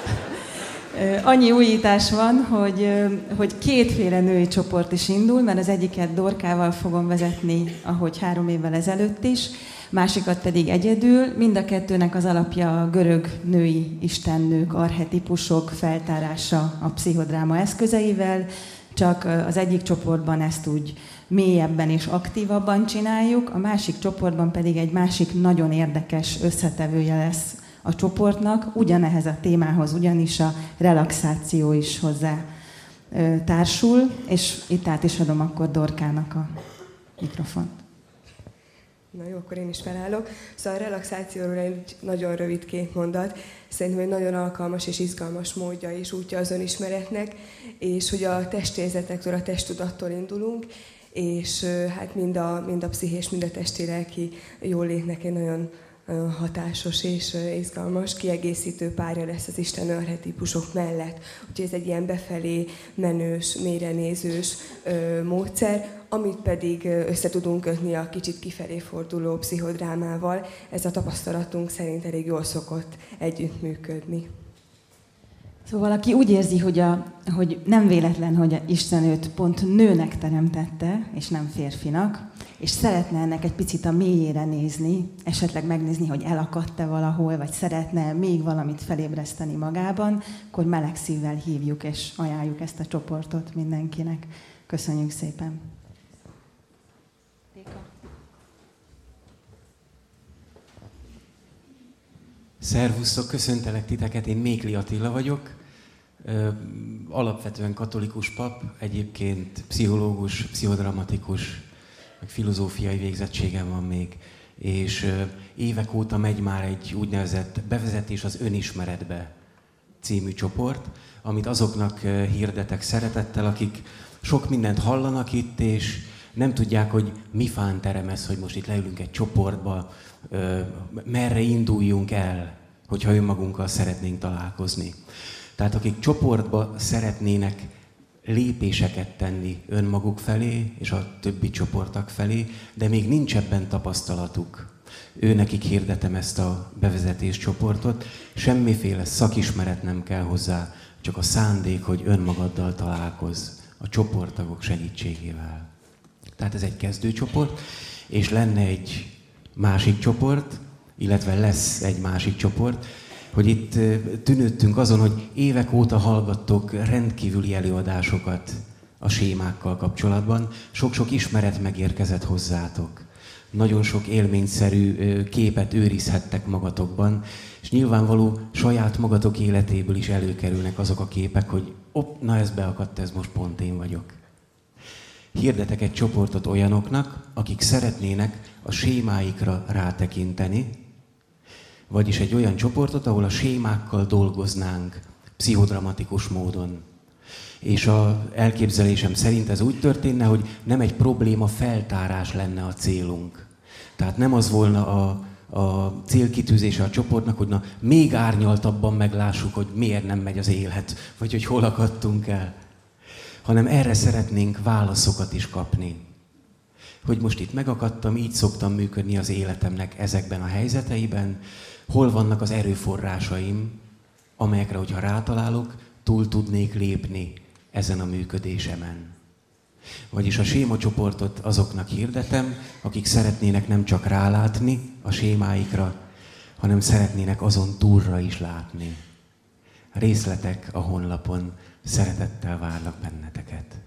Annyi újítás van, hogy, hogy kétféle női csoport is indul, mert az egyiket Dorkával fogom vezetni, ahogy három évvel ezelőtt is. másikat pedig egyedül. Mind a kettőnek az alapja a görög női istennők, archetípusok feltárása a pszichodráma eszközeivel, csak az egyik csoportban ezt úgy mélyebben és aktívabban csináljuk, a másik csoportban pedig egy másik nagyon érdekes összetevője lesz a csoportnak, ugyanehhez a témához, ugyanis a relaxáció is hozzá társul, és itt át is adom akkor Dorkának a mikrofont. Na jó, akkor én is felállok. Szóval a relaxációról egy nagyon rövid két mondat. Szerintem egy nagyon alkalmas és izgalmas módja és útja az önismeretnek, és hogy a testérzetektől, a testtudattól indulunk, és hát mind a, mind a pszichés, mind a testi-lelki jólétnek egy nagyon hatásos és izgalmas, kiegészítő párja lesz az Isten archetípusok mellett. Úgyhogy ez egy ilyen befelé menős, mélyrenézős módszer, amit pedig össze tudunk kötni a kicsit kifelé forduló pszichodrámával. Ez a tapasztalatunk szerint elég jól szokott együttműködni. Szóval aki úgy érzi, hogy, a, hogy nem véletlen, hogy Isten őt pont nőnek teremtette, és nem férfinak, és szeretne ennek egy picit a mélyére nézni, esetleg megnézni, hogy elakadt-e valahol, vagy szeretne még valamit felébreszteni magában, akkor meleg szívvel hívjuk és ajánljuk ezt a csoportot mindenkinek. Köszönjük szépen! Szervusztok, köszöntelek titeket, én Mékli Attila vagyok, alapvetően katolikus pap, egyébként pszichológus, pszichodramatikus, meg filozófiai végzettségem van még, és évek óta megy már egy úgynevezett bevezetés az önismeretbe című csoport, amit azoknak hirdetek szeretettel, akik sok mindent hallanak itt, és nem tudják, hogy mi fán terem ez, hogy most itt leülünk egy csoportba, merre induljunk el, hogyha önmagunkkal szeretnénk találkozni. Tehát akik csoportba szeretnének lépéseket tenni önmaguk felé és a többi csoportok felé, de még nincs ebben tapasztalatuk. Őnekik hirdetem ezt a bevezetés csoportot, semmiféle szakismeret nem kell hozzá, csak a szándék, hogy önmagaddal találkozz a csoporttagok segítségével. Tehát ez egy kezdőcsoport, és lenne egy másik csoport, illetve lesz egy másik csoport, hogy itt tűnődtünk azon, hogy évek óta hallgattok rendkívüli előadásokat a sémákkal kapcsolatban. Sok-sok ismeret megérkezett hozzátok. Nagyon sok élményszerű képet őrizhettek magatokban, és nyilvánvaló saját magatok életéből is előkerülnek azok a képek, hogy op, na ez beakadt, ez most pont én vagyok. Hirdetek egy csoportot olyanoknak, akik szeretnének a sémáikra rátekinteni, vagyis egy olyan csoportot, ahol a sémákkal dolgoznánk pszichodramatikus módon. És az elképzelésem szerint ez úgy történne, hogy nem egy probléma feltárás lenne a célunk. Tehát nem az volna a, a célkitűzése a csoportnak, hogy na, még árnyaltabban meglássuk, hogy miért nem megy az élet, vagy hogy hol akadtunk el. Hanem erre szeretnénk válaszokat is kapni. Hogy most itt megakadtam, így szoktam működni az életemnek ezekben a helyzeteiben, hol vannak az erőforrásaim, amelyekre, hogyha rátalálok, túl tudnék lépni ezen a működésemen. Vagyis a sémacsoportot azoknak hirdetem, akik szeretnének nem csak rálátni a sémáikra, hanem szeretnének azon túlra is látni. Részletek a honlapon, szeretettel várlak benneteket.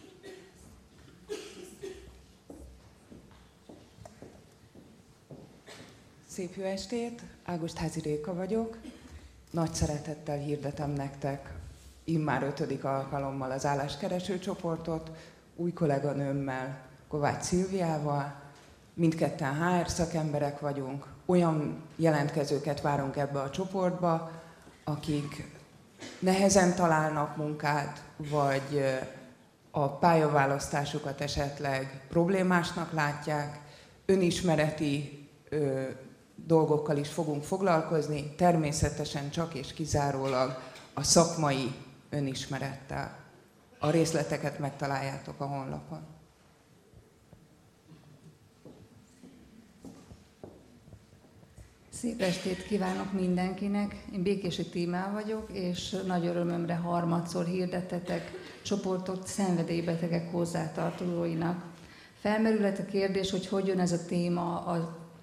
Szép jó estét, Ágostázi Réka vagyok. Nagy szeretettel hirdetem nektek immár ötödik alkalommal az álláskereső csoportot, új kolléganőmmel, Kovács Szilviával. Mindketten há er szakemberek vagyunk, olyan jelentkezőket várunk ebbe a csoportba, akik nehezen találnak munkát, vagy a pályaválasztásukat esetleg problémásnak látják, önismereti ö, dolgokkal is fogunk foglalkozni, természetesen csak és kizárólag a szakmai önismerettel. A részleteket megtaláljátok a honlapon. Szép estét kívánok mindenkinek! Én Békési Tímea vagyok, és nagy örömömre harmadszor hirdetetek csoportot szenvedélybetegek hozzátartozóinak. Felmerülhet a kérdés, hogy hogy jön ez a téma a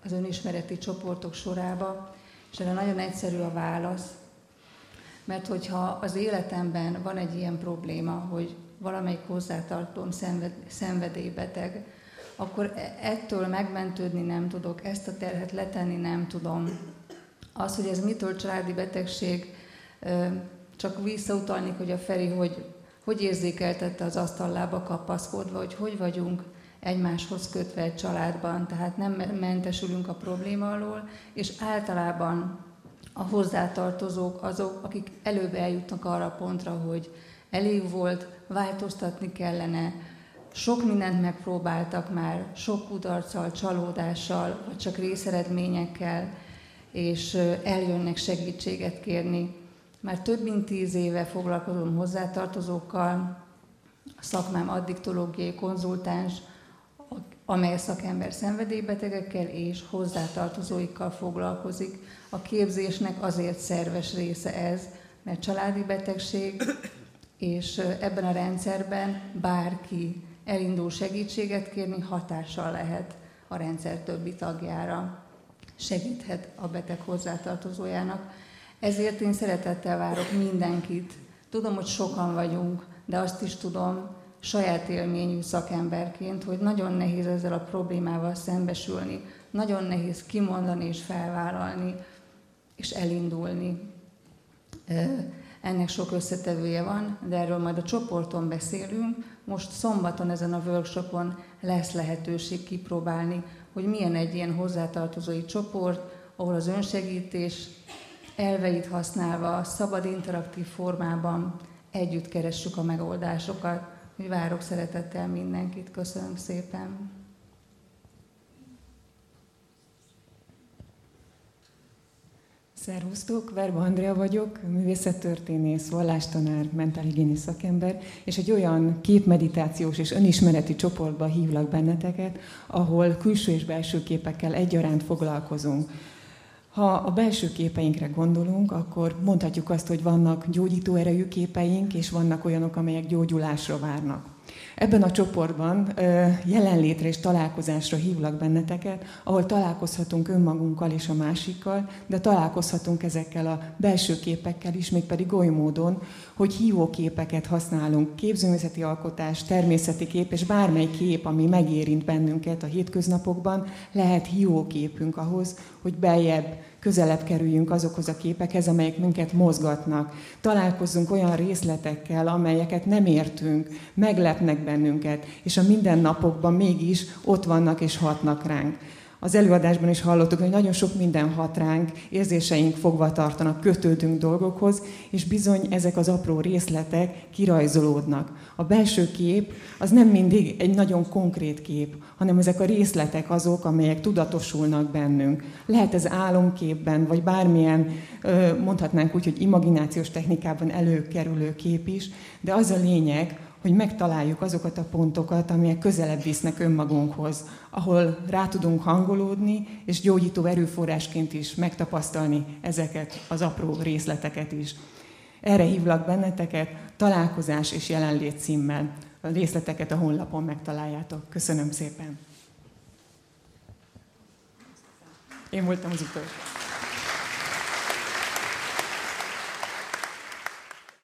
az önismereti csoportok sorába, és erre nagyon egyszerű a válasz. Mert hogyha az életemben van egy ilyen probléma, hogy valamelyik hozzátartóm szenved, szenvedélybeteg, akkor ettől megmentődni nem tudok, ezt a terhet letenni nem tudom. Az, hogy ez mitől családi betegség, csak visszautalnék, hogy a Feri, hogy, hogy érzékeltette az asztallába kapaszkodva, hogy hogy vagyunk egymáshoz kötve egy családban, tehát nem mentesülünk a probléma alól, és általában a hozzátartozók azok, akik előbb eljutnak arra a pontra, hogy elég volt, változtatni kellene, sok mindent megpróbáltak már, sok kudarccal, csalódással, vagy csak részeredményekkel, és eljönnek segítséget kérni. Már több mint tíz éve foglalkozom hozzátartozókkal, a szakmám addiktológiai konzultáns, amely szakember szenvedélybetegekkel és hozzátartozóikkal foglalkozik. A képzésnek azért szerves része ez, mert családi betegség, és ebben a rendszerben bárki elindul segítséget kérni, hatással lehet a rendszer többi tagjára, segíthet a beteg hozzátartozójának. Ezért én szeretettel várok mindenkit. Tudom, hogy sokan vagyunk, de azt is tudom saját élményű szakemberként, hogy nagyon nehéz ezzel a problémával szembesülni, nagyon nehéz kimondani és felvállalni, és elindulni. Ennek sok összetevője van, de erről majd a csoporton beszélünk. Most szombaton ezen a workshopon lesz lehetőség kipróbálni, hogy milyen egy ilyen hozzátartozói csoport, ahol az önsegítés elveit használva, szabad interaktív formában együtt keressük a megoldásokat. Úgy várok szeretettel mindenkit. Köszönöm szépen! Szervusztok, Verba Andrea vagyok, művészettörténész, vallástanár, mentálhigiénész szakember, és egy olyan képmeditációs és önismereti csoportba hívlak benneteket, ahol külső és belső képekkel egyaránt foglalkozunk. Ha a belső képeinkre gondolunk, akkor mondhatjuk azt, hogy vannak gyógyító erejű képeink, és vannak olyanok, amelyek gyógyulásra várnak. Ebben a csoportban jelenlétre és találkozásra hívlak benneteket, ahol találkozhatunk önmagunkkal és a másikkal, de találkozhatunk ezekkel a belső képekkel is, mégpedig oly módon, hogy hívóképeket használunk, képzőművészeti alkotás, természeti kép, és bármely kép, ami megérint bennünket a hétköznapokban, lehet hívóképünk ahhoz, hogy beljebb, közelebb kerüljünk azokhoz a képekhez, amelyek minket mozgatnak. Találkozzunk olyan részletekkel, amelyeket nem értünk, meglepnek bennünket, és a mindennapokban mégis ott vannak és hatnak ránk. Az előadásban is hallottuk, hogy nagyon sok minden hat ránk, érzéseink fogva tartanak, kötődünk dolgokhoz, és bizony ezek az apró részletek kirajzolódnak. A belső kép az nem mindig egy nagyon konkrét kép, hanem ezek a részletek azok, amelyek tudatosulnak bennünk. Lehet ez álomképben, vagy bármilyen, mondhatnánk úgy, hogy imaginációs technikában előkerülő kép is, de az a lényeg, hogy megtaláljuk azokat a pontokat, amelyek közelebb visznek önmagunkhoz, ahol rá tudunk hangolódni, és gyógyító erőforrásként is megtapasztalni ezeket az apró részleteket is. Erre hívlak benneteket, találkozás és jelenlét címmel. A részleteket a honlapon megtaláljátok. Köszönöm szépen! Én voltam az utolsó.